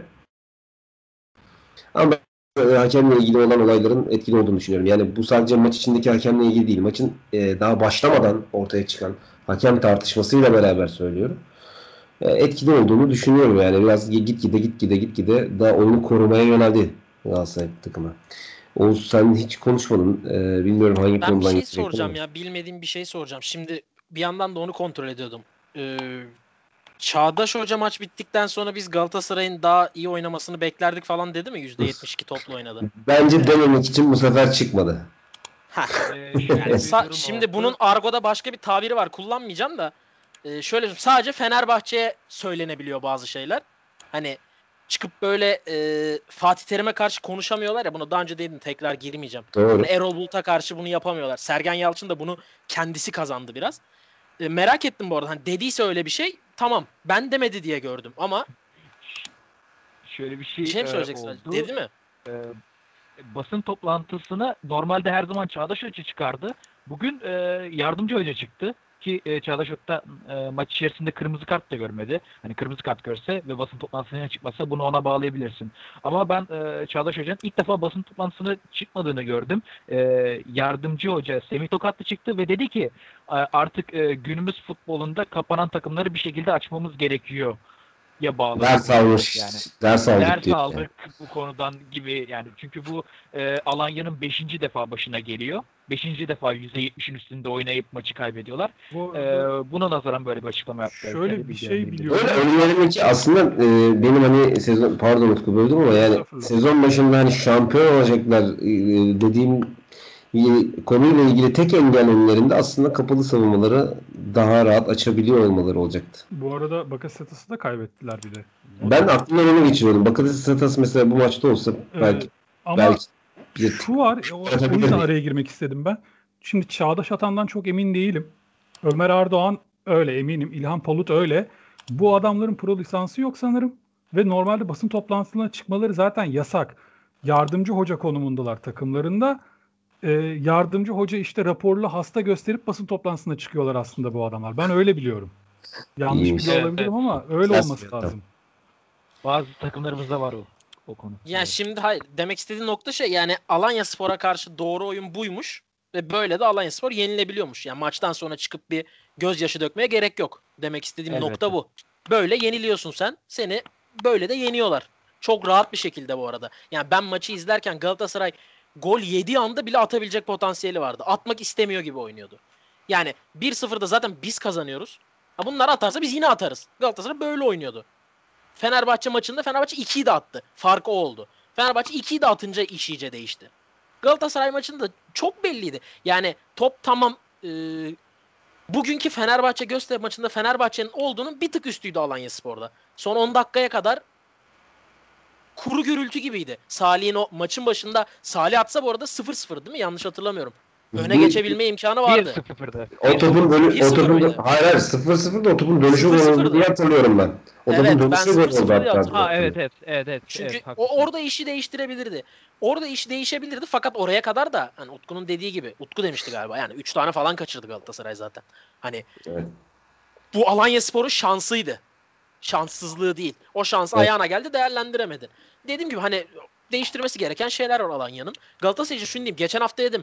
A: Ama ben hakemle ilgili olan olayların etkili olduğunu düşünüyorum. Yani bu sadece maç içindeki hakemle ilgili değil. Maçın daha başlamadan ortaya çıkan hakem tartışmasıyla beraber söylüyorum. Etkili olduğunu düşünüyorum yani. Biraz gitgide daha oyunu korumaya yöneldi Galatasaray takımı. Oğuz sen hiç konuşmadın. Bilmiyorum hangi
C: Ben bir
A: konudan
C: şey
A: geçecek
C: soracağım
A: ama.
C: ya. Bilmediğim bir şey soracağım. Şimdi bir yandan da onu kontrol ediyordum. Ee, Çağdaş Hoca maç bittikten sonra biz Galatasaray'ın daha iyi oynamasını beklerdik falan dedi mi? %72 toplu oynadı.
A: Bence dememek için bu sefer çıkmadı.
C: Heh.
D: Şöyle
C: Yani
D: bir durum
C: şimdi
D: oldu.
C: bunun argoda başka bir tabiri var. Kullanmayacağım da. Şöyle söyleyeyim, sadece Fenerbahçe'ye söylenebiliyor bazı şeyler. Hani çıkıp böyle Fatih Terim'e karşı konuşamıyorlar ya. Bunu daha önce dedim, tekrar girmeyeceğim.
A: Doğru.
C: Hani Erol Bulut'a karşı bunu yapamıyorlar. Sergen Yalçın da bunu kendisi kazandı biraz. Merak ettim bu arada. Hani dediyse öyle bir şey, tamam. Ben demedi diye gördüm ama
D: Şöyle bir
C: bir
D: şey
C: şey mi söyleyeceksin?
D: oldu.
C: Dedi mi?
D: E, Basın toplantısına normalde her zaman Çağdaş Hoca çıkardı. Bugün yardımcı hoca çıktı ki Çağdaş Hoca maç içerisinde kırmızı kart da görmedi. Hani kırmızı kart görse ve basın toplantısına çıkmasa bunu ona bağlayabilirsin. Ama ben Çağdaş Hoca'nın ilk defa basın toplantısına çıkmadığını gördüm. Yardımcı hoca Semih Tokatlı çıktı ve dedi ki artık günümüz futbolunda kapanan takımları bir şekilde açmamız gerekiyor bağlı.
A: Ders almış.
D: Yani
A: Ders aldık
D: ders
A: diyor.
D: aldık bu konudan gibi yani çünkü bu Alanya'nın 5. defa başına geliyor. 5. defa %70'in üstünde oynayıp maçı kaybediyorlar.
B: Bu arada
D: Buna nazaran böyle bir açıklama yaptılar.
B: şöyle
D: Kendi
B: bir şey
D: bilgilerini
B: biliyorum.
A: Böyle önlerindeki aslında benim hani sezon, pardon Utku böldüm ama yani
B: Estağfurullah.
A: sezon başında hani şampiyon olacaklar dediğim konuyla ilgili tek engel önlerinde aslında kapalı savunmaları daha rahat açabiliyor olmaları olacaktı.
B: Bu arada Bakasetas'ı da kaybettiler bir de.
A: Ben aklımdan onu geçiriyordum. Bakasetas mesela bu maçta olsa belki
B: Ama
A: bir
B: şu var, o yüzden araya girmek istedim ben. Şimdi Çağdaş Atan'dan çok emin değilim. Ömer Erdoğan öyle eminim. İlhan Palut öyle. Bu adamların pro lisansı yok sanırım. Ve normalde basın toplantısına çıkmaları zaten yasak. Yardımcı hoca konumundalar takımlarında. Yardımcı hoca işte raporlu hasta gösterip basın toplantısına çıkıyorlar aslında bu adamlar. Ben öyle biliyorum. Yanlış
A: İyiymiş.
B: biliyor
D: Evet,
B: olabilirim
D: evet.
B: ama öyle
A: Ters
B: olması
A: biliyor,
B: lazım.
D: Bazı takımlarımızda var o konu.
C: Yani
D: Evet.
C: şimdi hayır. Demek istediğim nokta şey yani Alanyaspor'a karşı doğru oyun buymuş ve böyle de Alanyaspor yenilebiliyormuş. Yani maçtan sonra çıkıp bir gözyaşı dökmeye gerek yok. Demek istediğim
D: Elbette.
C: nokta bu. Böyle yeniliyorsun sen. Seni böyle de yeniyorlar. Çok rahat bir şekilde bu arada. Yani ben maçı izlerken Galatasaray gol yediği anda bile atabilecek potansiyeli vardı. Atmak istemiyor gibi oynuyordu. Yani 1-0'da zaten biz kazanıyoruz. Ha bunlar atarsa biz yine atarız. Galatasaray böyle oynuyordu. Fenerbahçe maçında Fenerbahçe 2'yi de attı. Fark o oldu. Fenerbahçe 2'yi de atınca iş iyice değişti. Galatasaray maçında çok belliydi. Yani top tamam bugünkü Fenerbahçe Göztepe maçında Fenerbahçe'nin olduğunun bir tık üstüydü Alanyaspor'da. Son 10 dakikaya kadar kuru gürültü gibiydi. Salih'in o maçın başında Salih atsa bu arada 0-0 değil mi? Yanlış hatırlamıyorum. Öne geçebilme imkanı vardı.
D: 1-0'da.
A: O topun
C: 1-0 mıydı?
A: hayır 0-0 da o topun dönüşü
C: 0-0'dı.
A: gol oldu diye hatırlıyorum ben. O
C: Evet,
A: topun
C: ben
A: dönüşü gol
C: 0-0
A: oldu
C: diye
A: hatta.
C: hatırlıyorum.
D: Ha evet.
C: Çünkü
D: evet,
C: o
D: haklısın.
C: orada işi değiştirebilirdi. Orada iş değişebilirdi fakat oraya kadar da hani Utku'nun dediği gibi Utku demişti galiba yani 3 tane falan kaçırdı Galatasaray zaten. Hani
A: Evet.
C: bu Alanyaspor'un şansıydı. Şanssızlığı değil. O şansı
A: Evet.
C: ayağına geldi değerlendiremedi. Dediğim gibi hani değiştirmesi gereken şeyler var Alanya'nın. Galatasaray için şunu diyeyim. Geçen hafta dedim.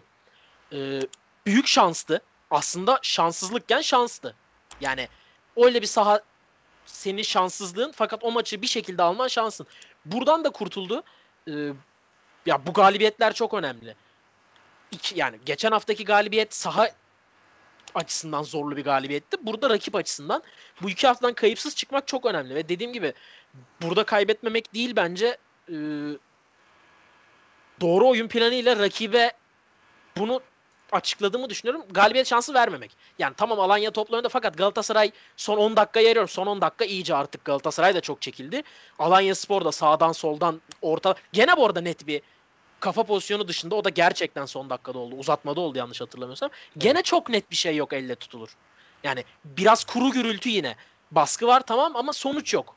C: Büyük şanstı. Aslında şanssızlıkken şanstı. Yani öyle bir saha senin şanssızlığın fakat o maçı bir şekilde alman şansın. Buradan da kurtuldu. Ya bu galibiyetler çok önemli. Yani geçen haftaki galibiyet saha açısından zorlu bir galibiyetti. Burada rakip açısından bu 2 haftadan kayıpsız çıkmak çok önemli ve dediğim gibi burada kaybetmemek değil bence doğru oyun planıyla rakibe bunu açıkladığımı düşünüyorum. Galibiyet şansı vermemek. Yani tamam Alanya toplu önde fakat Galatasaray son 10 dakika yarıyorum. Son 10 dakika iyice artık Galatasaray da çok çekildi. Alanyaspor da sağdan soldan orta. Gene bu arada net bir kafa pozisyonu dışında o da gerçekten son dakikada oldu. Uzatmada oldu yanlış hatırlamıyorsam. Gene çok net bir şey yok elle tutulur. Yani biraz kuru gürültü yine. Baskı var tamam ama sonuç yok.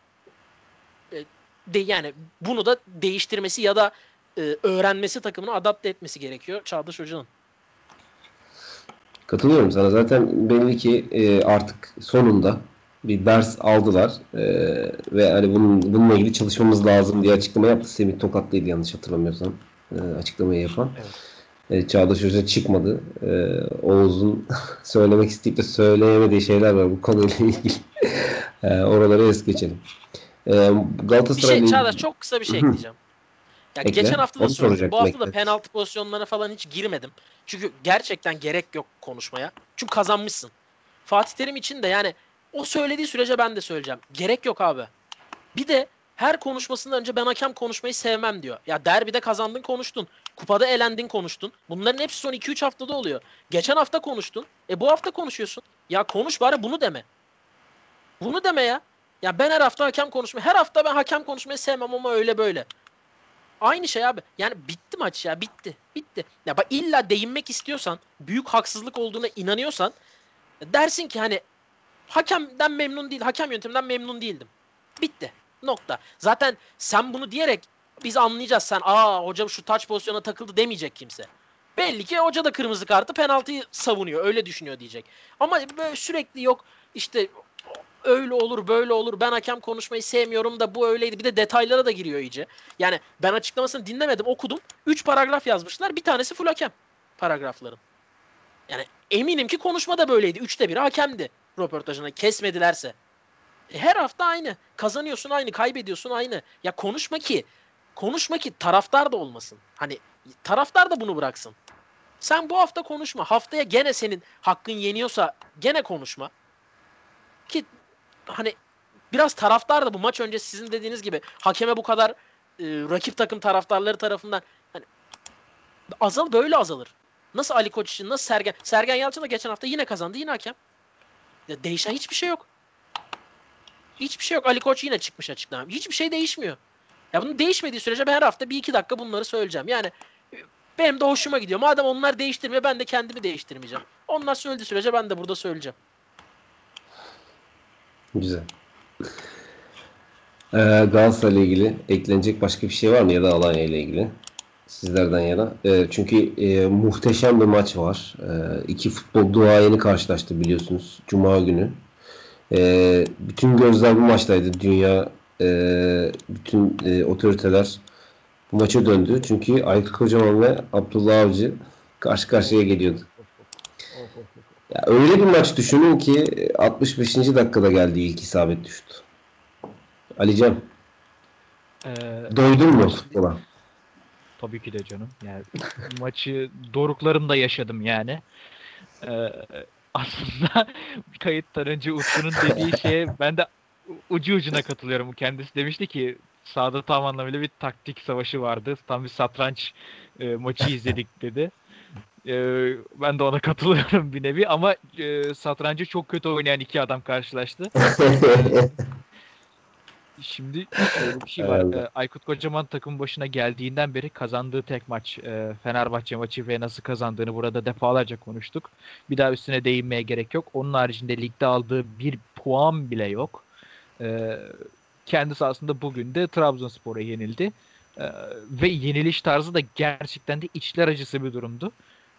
C: Yani bunu da değiştirmesi ya da öğrenmesi takımını adapte etmesi gerekiyor Çağdaş Hoca'nın.
A: Katılıyorum sana. Zaten belli ki artık sonunda bir ders aldılar ve hani bununla ilgili çalışmamız lazım diye açıklama yaptı. Semih Tokatlı'ydı yanlış hatırlamıyorsam açıklamayı yapan.
D: Evet.
A: Çağdaş Hoca çıkmadı. Oğuz'un söylemek isteyip de söyleyemediği şeyler var bu konuyla ilgili. Oraları es geçelim. Galatasaray'la
C: Çağdaş çok kısa bir şey ekleyeceğim. Ya
A: Ekle.
C: geçen hafta da
A: Onu
C: söyledim. Bu
A: soracaktım,
C: hafta da
A: ekle.
C: penaltı pozisyonlarına falan hiç girmedim. Çünkü gerçekten gerek yok konuşmaya. Çünkü kazanmışsın. Fatih Terim için de yani o söylediği sürece ben de söyleyeceğim. Gerek yok abi. Bir de her konuşmasından önce ben hakem konuşmayı sevmem diyor. Ya derbide kazandın konuştun. Kupada elendin konuştun. Bunların hepsi son 2-3 haftada oluyor. Geçen hafta konuştun. Bu hafta konuşuyorsun. Ya konuş bari bunu deme. Bunu deme ya. Ya ben her hafta hakem konuşmayı, her hafta ben hakem konuşmayı sevmem ama öyle böyle. Aynı şey abi. Yani bitti maç ya. Bitti. Bitti. Ya bak illa değinmek istiyorsan, büyük haksızlık olduğuna inanıyorsan dersin ki hani hakemden memnun değil, hakem yönteminden memnun değildim. Bitti. Nokta. Zaten sen bunu diyerek biz anlayacağız. Sen hocam şu taç pozisyona takıldı demeyecek kimse. Belli ki hoca da kırmızı kartı penaltıyı savunuyor. Öyle düşünüyor diyecek. Ama böyle sürekli yok işte öyle olur böyle olur ben hakem konuşmayı sevmiyorum da bu öyleydi. Bir de detaylara da giriyor iyice. Yani ben açıklamasını dinlemedim okudum. 3 paragraf yazmışlar bir tanesi full hakem paragrafların. Yani eminim ki konuşma da böyleydi. 3'te 1'i hakemdi röportajına kesmedilerse. Her hafta aynı. Kazanıyorsun aynı, kaybediyorsun aynı. Ya konuşma ki taraftar da olmasın. Hani taraftar da bunu bıraksın. Sen bu hafta konuşma. Haftaya gene senin hakkın yeniyorsa gene konuşma. Ki hani biraz taraftar da bu maç öncesi sizin dediğiniz gibi hakeme bu kadar rakip takım taraftarları tarafından hani böyle azalır. Nasıl Ali Koç için, nasıl Sergen Yalçın da geçen hafta yine kazandı, yine hakem. Ya değişen hiçbir şey yok. Hiçbir şey yok. Ali Koç yine çıkmış açıklama. Hiçbir şey değişmiyor. Ya bunun değişmediği sürece ben her hafta 1-2 dakika bunları söyleyeceğim. Yani benim de hoşuma gidiyor. Madem onlar değiştirmiyor, ben de kendimi değiştirmeyeceğim. Onlar söylediği sürece ben de burada söyleyeceğim.
A: Güzel. Galatasaray'la ilgili eklenecek başka bir şey var mı, ya da Alanya ile ilgili? Sizlerden yana. Çünkü muhteşem bir maç var. İki futbol duayeni karşılaştı biliyorsunuz. Cuma günü. Bütün gözler bu maçtaydı. Dünya, bütün otoriteler bu maça döndü. Çünkü Aykut Kocaman ve Abdullah Avcı karşı karşıya geliyordu. Ya öyle bir maç düşünün ki 65. dakikada geldi, ilk isabet düştü. Alican,
D: Ee,
A: doydun mu
D: maç-
A: futbola?
D: Tabii ki de canım. Yani maçı doruklarımda yaşadım yani. Ee, Aslında kayıttan önce Utku'nun dediği şeye ben de ucu ucuna katılıyorum. Kendisi demişti ki sahada tam anlamıyla bir taktik savaşı vardı. Tam bir satranç maçı izledik dedi. Ben de ona katılıyorum bir nevi ama satrancı çok kötü oynayan iki adam karşılaştı. Şimdi şöyle bir şey var.
A: Allah.
D: Aykut Kocaman takım başına geldiğinden beri kazandığı tek maç Fenerbahçe maçı ve nasıl kazandığını burada defalarca konuştuk. Bir daha üstüne değinmeye gerek yok. Onun haricinde ligde aldığı bir puan bile yok. E, Kendisi aslında bugün de Trabzonspor'a yenildi. Ve yeniliş tarzı da gerçekten de içler acısı bir durumdu.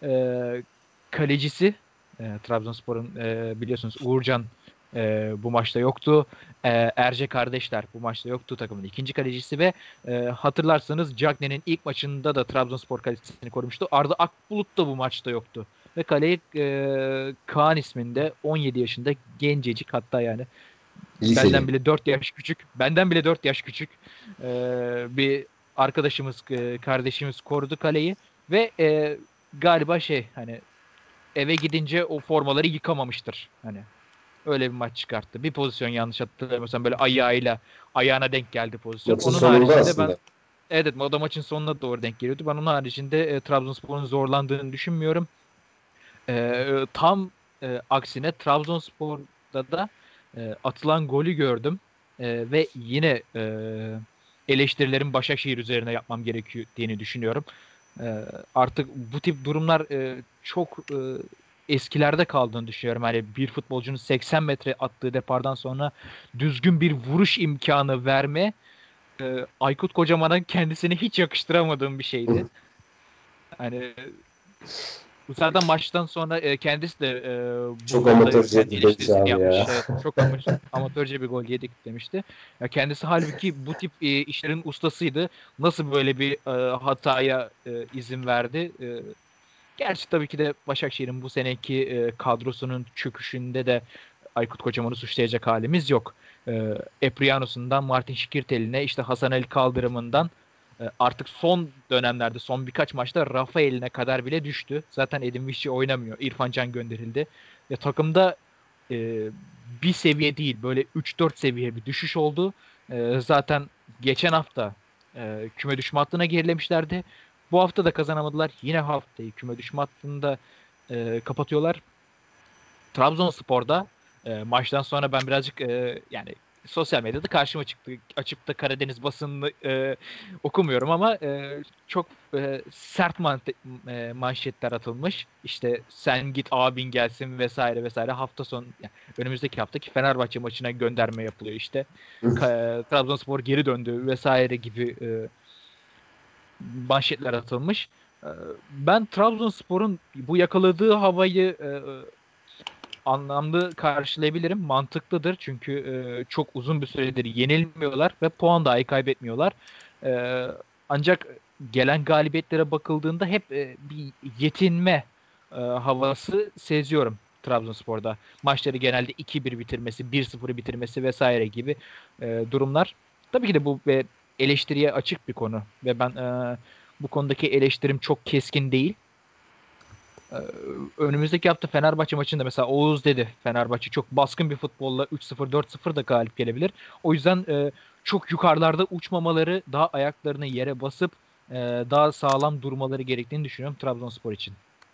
D: Kalecisi Trabzonspor'un biliyorsunuz Uğurcan bu maçta yoktu. Erce kardeşler bu maçta yoktu, takımın ikinci kalecisi ve hatırlarsanız Cagney'in ilk maçında da Trabzonspor kalecisini korumuştu. Arda Akbulut da bu maçta yoktu. Ve kaleyi Kaan isminde 17 yaşında gencecik, hatta yani
A: Liseli.
D: benden bile 4 yaş küçük bir arkadaşımız, kardeşimiz korudu kaleyi ve galiba hani eve gidince o formaları yıkamamıştır. Hani öyle bir maç çıkarttı. Bir pozisyon yanlış hatırlamıyorsam böyle ayağına denk geldi pozisyon.
A: Maçın
D: Onun
A: sonunda
D: haricinde
A: aslında.
D: evet, o da maçın sonuna doğru denk geliyordu. Ben onun haricinde Trabzonspor'un zorlandığını düşünmüyorum. Tam aksine Trabzonspor'da da atılan golü gördüm. Ve yine eleştirilerin Başakşehir üzerine yapmam gerektiğini düşünüyorum. Artık bu tip durumlar çok eskilerde kaldığını düşünüyorum. Yani bir futbolcunun 80 metre attığı depardan sonra düzgün bir vuruş imkanı verme Aykut Kocaman'a kendisini hiç yakıştıramadığım bir şeydi. Hani bu zaten maçtan sonra kendisi de bu
A: Çok
D: konuda
A: amatörce
D: kendi
A: demiş
D: eleştirisini
A: abi
D: yapmış.
A: ya.
D: Evet, çok amatörce bir gol yedik demişti. Ya kendisi halbuki bu tip işlerin ustasıydı. Nasıl böyle bir hataya izin verdi? Gerçi tabii ki de Başakşehir'in bu seneki kadrosunun çöküşünde de Aykut Kocaman'ı suçlayacak halimiz yok. Epriano'sundan Martin Şikirtel'ine, işte Hasan Ali Kaldırım'ından artık son dönemlerde son birkaç maçta Rafael'ine kadar bile düştü. Zaten Edin Visca oynamıyor. İrfan Can gönderildi. Takımda e, bir seviye değil, böyle 3-4 seviye bir düşüş oldu. Zaten geçen hafta küme düşme hattına gerilemişlerdi. Bu hafta da kazanamadılar. Yine haftayı küme düşme hattında kapatıyorlar. Trabzonspor'da maçtan sonra ben birazcık yani sosyal medyada karşıma çıktı. Açıp da Karadeniz basınını okumuyorum ama çok sert manşetler atılmış. İşte sen git abin gelsin vesaire vesaire. Hafta sonu yani önümüzdeki haftaki Fenerbahçe maçına gönderme yapılıyor işte. Trabzonspor geri döndü vesaire gibi manşetler atılmış. E, Ben Trabzonspor'un bu yakaladığı havayı anlamlı karşılayabilirim. Mantıklıdır. Çünkü çok uzun bir süredir yenilmiyorlar ve puan dahi kaybetmiyorlar. E, Ancak gelen galibiyetlere bakıldığında hep bir yetinme havası seziyorum Trabzonspor'da. Maçları genelde 2-1 bitirmesi, 1-0 bitirmesi vesaire gibi durumlar. Tabii ki de bu eleştiriye açık bir konu ve ben bu konudaki eleştirim çok keskin değil. Önümüzdeki hafta Fenerbahçe maçında mesela Oğuz dedi, Fenerbahçe çok baskın bir futbolla 3-0 4-0 da galip gelebilir. O yüzden çok yukarılarda uçmamaları, daha ayaklarını yere basıp daha sağlam durmaları gerektiğini düşünüyorum Trabzonspor için.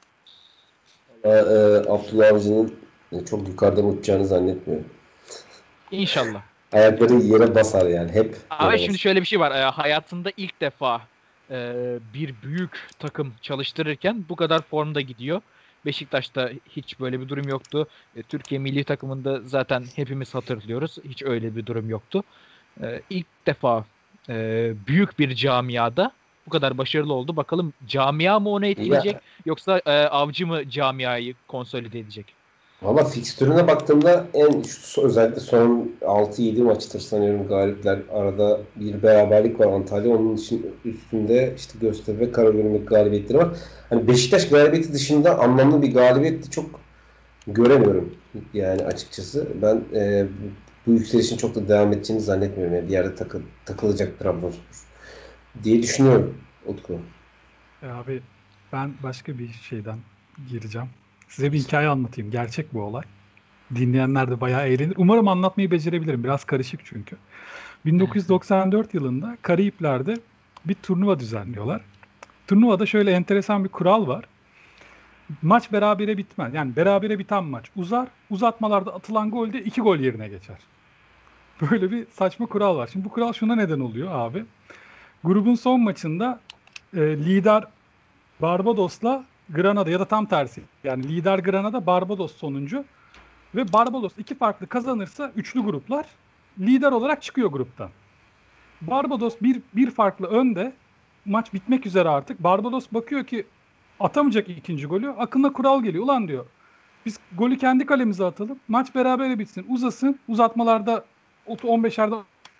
A: Abdullah Avcı'nın çok yukarıdan uçacağını zannetmiyorum.
D: İnşallah.
A: Ayakları yere basar yani. Hep
D: Ama
A: yere
D: şimdi
A: basar.
D: şöyle bir şey var. Hayatında ilk defa bir büyük takım çalıştırırken bu kadar formda gidiyor. Beşiktaş'ta hiç böyle bir durum yoktu. Türkiye milli takımında zaten hepimiz hatırlıyoruz. Hiç öyle bir durum yoktu. İlk defa büyük bir camiada bu kadar başarılı oldu. Bakalım camia mı onu etkileyecek
A: Ya,
D: yoksa Avcı mı camiayı konsolide edecek?
A: valla fikstürüne baktığımda özellikle son 6-7 maçtır sanıyorum galipler. Arada bir beraberlik var Antalya. Onun üstünde işte Göztepe, Karagümrük galibiyetleri var. Hani Beşiktaş galibiyeti dışında anlamlı bir galibiyet de çok göremiyorum yani açıkçası. Ben bu yükselişin çok da devam edeceğini zannetmiyorum. Yani bir yerde takılacak Trabzonspor diye düşünüyorum Utku.
B: Abi ben başka bir şeyden gireceğim. Size bir hikaye anlatayım. Gerçek bu olay. Dinleyenler de bayağı eğlenir. Umarım anlatmayı becerebilirim. Biraz karışık çünkü. 1994 yılında Karayipler'de bir turnuva düzenliyorlar. Turnuvada şöyle enteresan bir kural var. Maç berabere bitmez. Yani berabere biten maç uzar. Uzatmalarda atılan gol de 2 gol yerine geçer. Böyle bir saçma kural var. Şimdi bu kural şuna neden oluyor abi. Grubun son maçında lider Barbados'la Granada ya da tam tersi. Yani lider Granada, Barbados sonuncu. Ve Barbados iki farklı kazanırsa üçlü gruplar lider olarak çıkıyor gruptan. Barbados bir farklı önde. Maç bitmek üzere artık. Barbados bakıyor ki atamayacak ikinci golü. Aklına kural geliyor. Ulan diyor, biz golü kendi kalemize atalım. Maç berabere bitsin. Uzasın. Uzatmalarda 15'lerde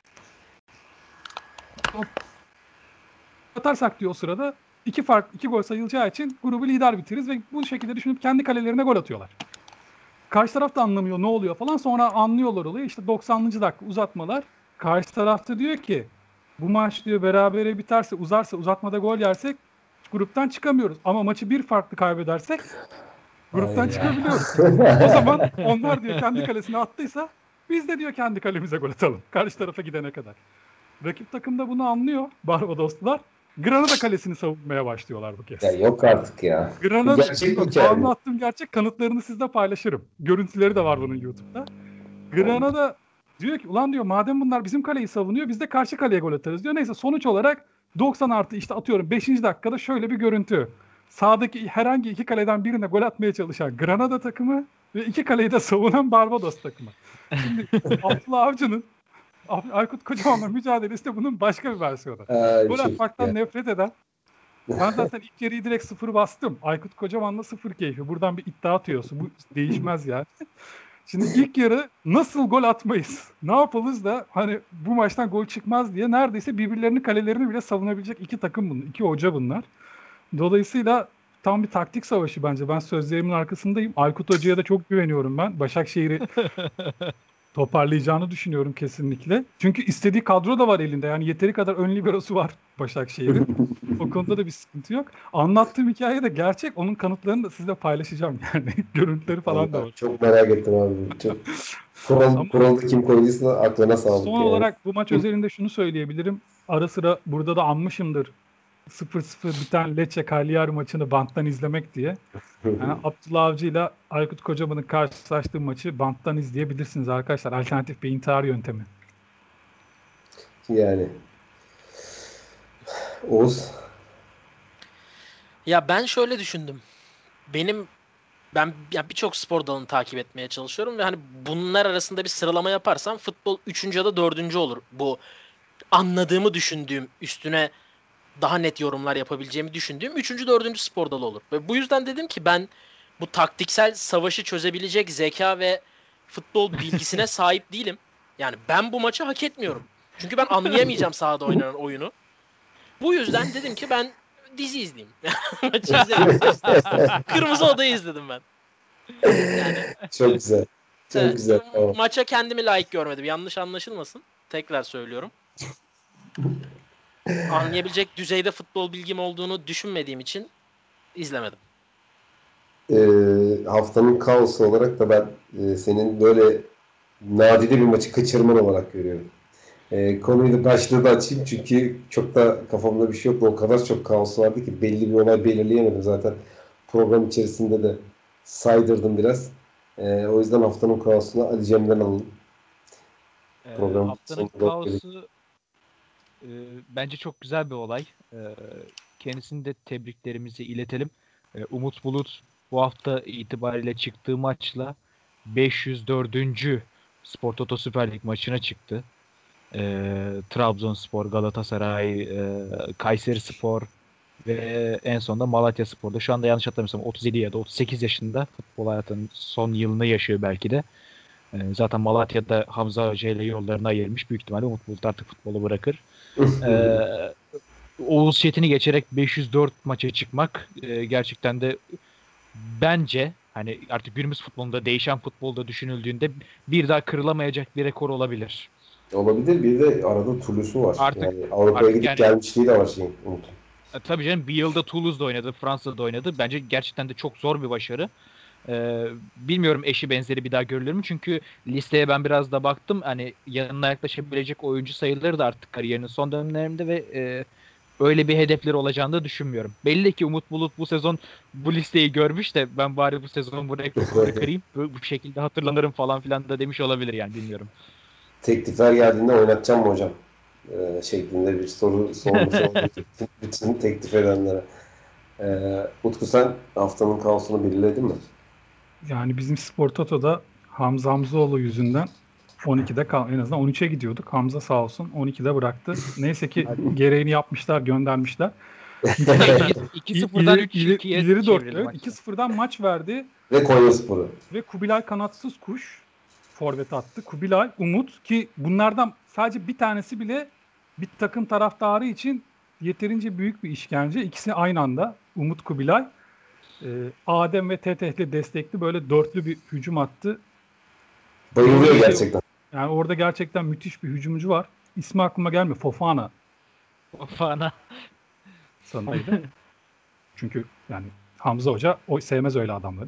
B: atarsak diyor o sırada iki gol sayılacağı için grubu lider bitiririz ve bu şekilde düşünüp kendi kalelerine gol atıyorlar. Karşı taraf da anlamıyor ne oluyor falan. Sonra anlıyorlar olayı. İşte 90. dakika uzatmalar. Karşı tarafta diyor ki bu maç diyor berabere biterse, uzarsa, uzatmada gol yersek gruptan çıkamıyoruz. Ama maçı bir farklı kaybedersek gruptan çıkabiliyoruz. O zaman onlar diyor kendi kalesine attıysa biz de diyor kendi kalemize gol atalım. Karşı tarafa gidene kadar. Rakip takım da bunu anlıyor Barbadoslular. Granada kalesini savunmaya başlıyorlar bu kez.
A: Ya yok artık ya.
B: Granada,
A: Gerçek bir hikaye mi?
B: anlattığım gerçek, kanıtlarını sizle paylaşırım. Görüntüleri de var bunun YouTube'da. Granada diyor ki ulan diyor madem bunlar bizim kaleyi savunuyor biz de karşı kaleye gol atarız diyor. Neyse sonuç olarak 90 artı işte atıyorum 5. dakikada şöyle bir görüntü. Sağdaki herhangi iki kaleden birine gol atmaya çalışan Granada takımı ve iki kaleyi de savunan Barbados takımı. Şimdi Abdullah Avcı'nın Aykut Kocaman'la mücadelesi de bunun başka bir versiyonu. Gol atmaktan nefret eden, ben zaten ilk yarıyı direkt 0 bastım. Aykut Kocaman'la 0 keyfi. Buradan bir iddia atıyorsun. Bu değişmez yani. Şimdi ilk yarı nasıl gol atmayız? Ne yapalız da hani bu maçtan gol çıkmaz diye neredeyse birbirlerinin kalelerini bile savunabilecek iki takım bunlar. İki hoca bunlar. Dolayısıyla tam bir taktik savaşı bence. Ben sözlerimin arkasındayım. Aykut Hoca'ya da çok güveniyorum ben. Başakşehir'i toparlayacağını düşünüyorum kesinlikle. Çünkü istediği kadro da var elinde. Yani yeteri kadar ön liberosu var Başakşehir'in. O konuda da bir sıkıntı yok. Anlattığım hikaye de gerçek. Onun kanıtlarını da sizle paylaşacağım yani. Görüntüleri falan da var.
A: Çok merak ettim abi. Çok kuralı kim koyduysa aklına sağlık.
B: Son
A: yani.
B: olarak bu maç özelinde şunu söyleyebilirim. Ara sıra burada da anmışımdır. 0-0 biten Lecce Cagliari maçını banttan izlemek diye. Yani Abdullah Avcı ile Aykut Kocaman'ın karşılaştığı maçı banttan izleyebilirsiniz arkadaşlar. Alternatif bir intihar yöntemi.
A: Yani. Oğuz.
C: Ya ben şöyle düşündüm. Ben birçok spor dalını takip etmeye çalışıyorum ve hani bunlar arasında bir sıralama yaparsam futbol 3. ya da 4. olur. Bu anladığımı düşündüğüm, üstüne daha net yorumlar yapabileceğimi düşündüğüm 3. 4. spor dalı olur. Ve bu yüzden dedim ki ben bu taktiksel savaşı çözebilecek zeka ve futbol bilgisine sahip değilim. Yani ben bu maçı hak etmiyorum. Çünkü ben anlayamayacağım sahada oynanan oyunu. Bu yüzden dedim ki ben dizi izleyeyim. Maçı izledim. Kırmızı Oda'yı izledim ben. Yani
A: Çok güzel. Çok
C: e,
A: güzel. Tamam.
C: maça kendimi layık görmedim. Yanlış anlaşılmasın. Tekrar söylüyorum. Anlayabilecek düzeyde futbol bilgim olduğunu düşünmediğim için izlemedim.
A: Haftanın kaosu olarak da ben senin böyle nadide bir maçı kaçırman olarak görüyorum. Konuyu da başlığı da açayım çünkü çok da kafamda bir şey yoktu. O kadar çok kaos vardı ki belli bir olay belirleyemedim zaten. Program içerisinde de saydırdım biraz. O yüzden haftanın kaosunu Ali Cem'den alalım. Program
D: Haftanın
A: sonunda
D: kaosu bence çok güzel bir olay. Kendisini de tebriklerimizi iletelim. Umut Bulut bu hafta itibariyle çıktığı maçla 504. Spor Toto Süper Lig maçına çıktı. Trabzonspor, Galatasaray, Kayserispor ve en sonunda Malatyaspor'da. Şu anda yanlış hatırlamıyorsam 37 ya da 38 yaşında futbol hayatının son yılını yaşıyor belki de. Zaten Malatya'da Hamza Hoca ile yollarını ayırmış. Büyük ihtimalle Umut Bulut artık futbolu bırakır. Ee, Oğuz Çetin'i geçerek 504 maça çıkmak gerçekten de bence hani artık günümüz futbolunda değişen futbolda düşünüldüğünde bir daha kırılamayacak bir rekor olabilir.
A: olabilir. Bir de arada Toulouse'u var.
D: Artık
A: Yani Avrupa'ya gidip
D: yani
A: gelmişliği de var şeyin. Umut'un.
D: tabii canım bir yılda Toulouse'da oynadı, Fransa'da oynadı. Bence gerçekten de çok zor bir başarı. Bilmiyorum eşi benzeri bir daha görülür mü? Çünkü listeye ben biraz da baktım. Hani yanına yaklaşabilecek oyuncu sayıları da artık kariyerinin son dönemlerinde ve öyle bir hedefleri olacağını da düşünmüyorum. Belli ki Umut Bulut bu sezon bu listeyi görmüş de ben bari bu sezon bu rekoru kırayım. Bu şekilde hatırlanırım falan filan da demiş olabilir yani bilmiyorum.
A: Teklifler geldiğinde oynatacağım mı hocam? Şeklinde bir soru sormuş olduk bütün teklif edenlere. Utku sen haftanın kaosunu belirledin mi?
B: Yani bizim Spor Toto'da Hamza Hamzoğlu yüzünden 12'de en azından 13'e gidiyorduk. Hamza sağ olsun 12'de bıraktı. Neyse ki gereğini yapmışlar, göndermişler. Mükemmel.
D: 2-0'dan 3-2'ye
B: ileri 4.
D: çevrildi
B: Evet,
D: maçta.
B: 2-0'dan maç verdi
A: Ve Konyaspor'u.
B: ve Kubilay kanatsız kuş forvet attı. Kubilay, Umut ki bunlardan sadece bir tanesi bile bir takım taraftarı için yeterince büyük bir işkence. İkisi aynı anda Umut Kubilay. Adem ve Teteh'le destekli böyle dörtlü bir hücum attı.
A: Bayılıyor gerçekten.
B: Yani orada gerçekten müthiş bir hücumcu var. İsmi aklıma gelmiyor. Fofana
D: Fana.
B: sanırdı. Çünkü yani Hamza Hoca sevmez öyle adamları.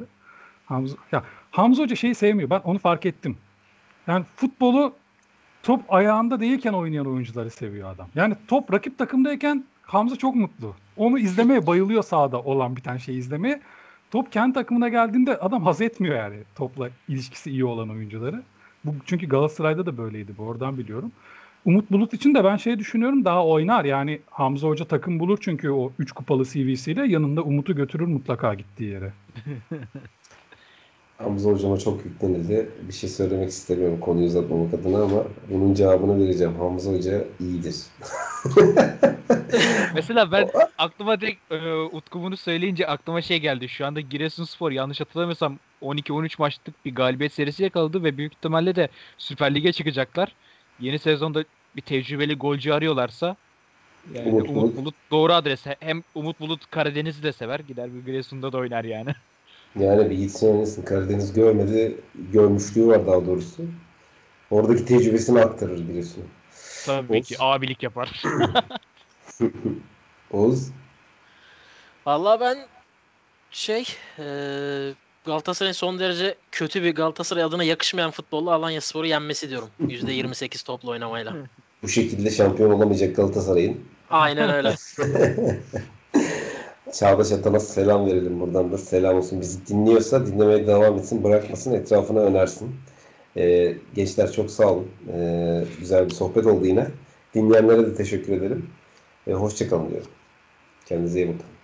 B: Hamza Hoca şeyi sevmiyor. Ben onu fark ettim. Yani futbolu top ayağında değilken oynayan oyuncuları seviyor adam. Yani top rakip takımdayken Hamza çok mutlu. Onu izlemeye bayılıyor sahada olan bir tane şeyi izlemeye. Top kendi takımına geldiğinde adam haz etmiyor yani topla ilişkisi iyi olan oyuncuları. Bu çünkü Galatasaray'da da böyleydi. Bu oradan biliyorum. Umut Bulut için de ben şey düşünüyorum daha oynar. Yani Hamza Hoca takım bulur çünkü o 3 kupalı CV'siyle yanında Umut'u götürür mutlaka gittiği yere.
A: Hamza hocama çok yüklenildi. Bir şey söylemek istemiyorum konuyu uzatmamak adına ama bunun cevabını vereceğim. Hamza Hoca iyidir.
D: Mesela ben aklıma direkt Utku bunu söyleyince aklıma şey geldi. Şu anda Giresunspor yanlış hatırlamıyorsam 12-13 maçlık bir galibiyet serisi yakaladı ve büyük ihtimalle de Süper Lig'e çıkacaklar. Yeni sezonda bir tecrübeli golcü arıyorlarsa yani
A: Umut
D: Umut
A: Bulut.
D: Bulut doğru adres. Hem Umut Bulut Karadeniz'i de sever. Gider bir Giresun'da da oynar yani.
A: Yani bir gitsin oynasın. Karadeniz görmedi. Görmüşlüğü var daha doğrusu. Oradaki tecrübesini aktarır biliyorsun.
D: Tabii ki
A: Oğuz.
D: abilik yapar.
A: Oğuz.
C: Vallahi ben şey Galatasaray'ın son derece kötü bir Galatasaray adına yakışmayan futbolla Alanyaspor'u yenmesi diyorum. %28 toplu oynamayla.
A: Bu şekilde şampiyon olamayacak Galatasaray'ın.
C: Aynen öyle.
A: Çağdaş Atan'a selam verelim buradan da. Selam olsun. Bizi dinliyorsa dinlemeye devam etsin. Bırakmasın. Etrafına önersin. Gençler çok sağ olun. Güzel bir sohbet oldu yine. Dinleyenlere de teşekkür ederim. Hoşça kalın diyorum. Kendinize iyi bakın.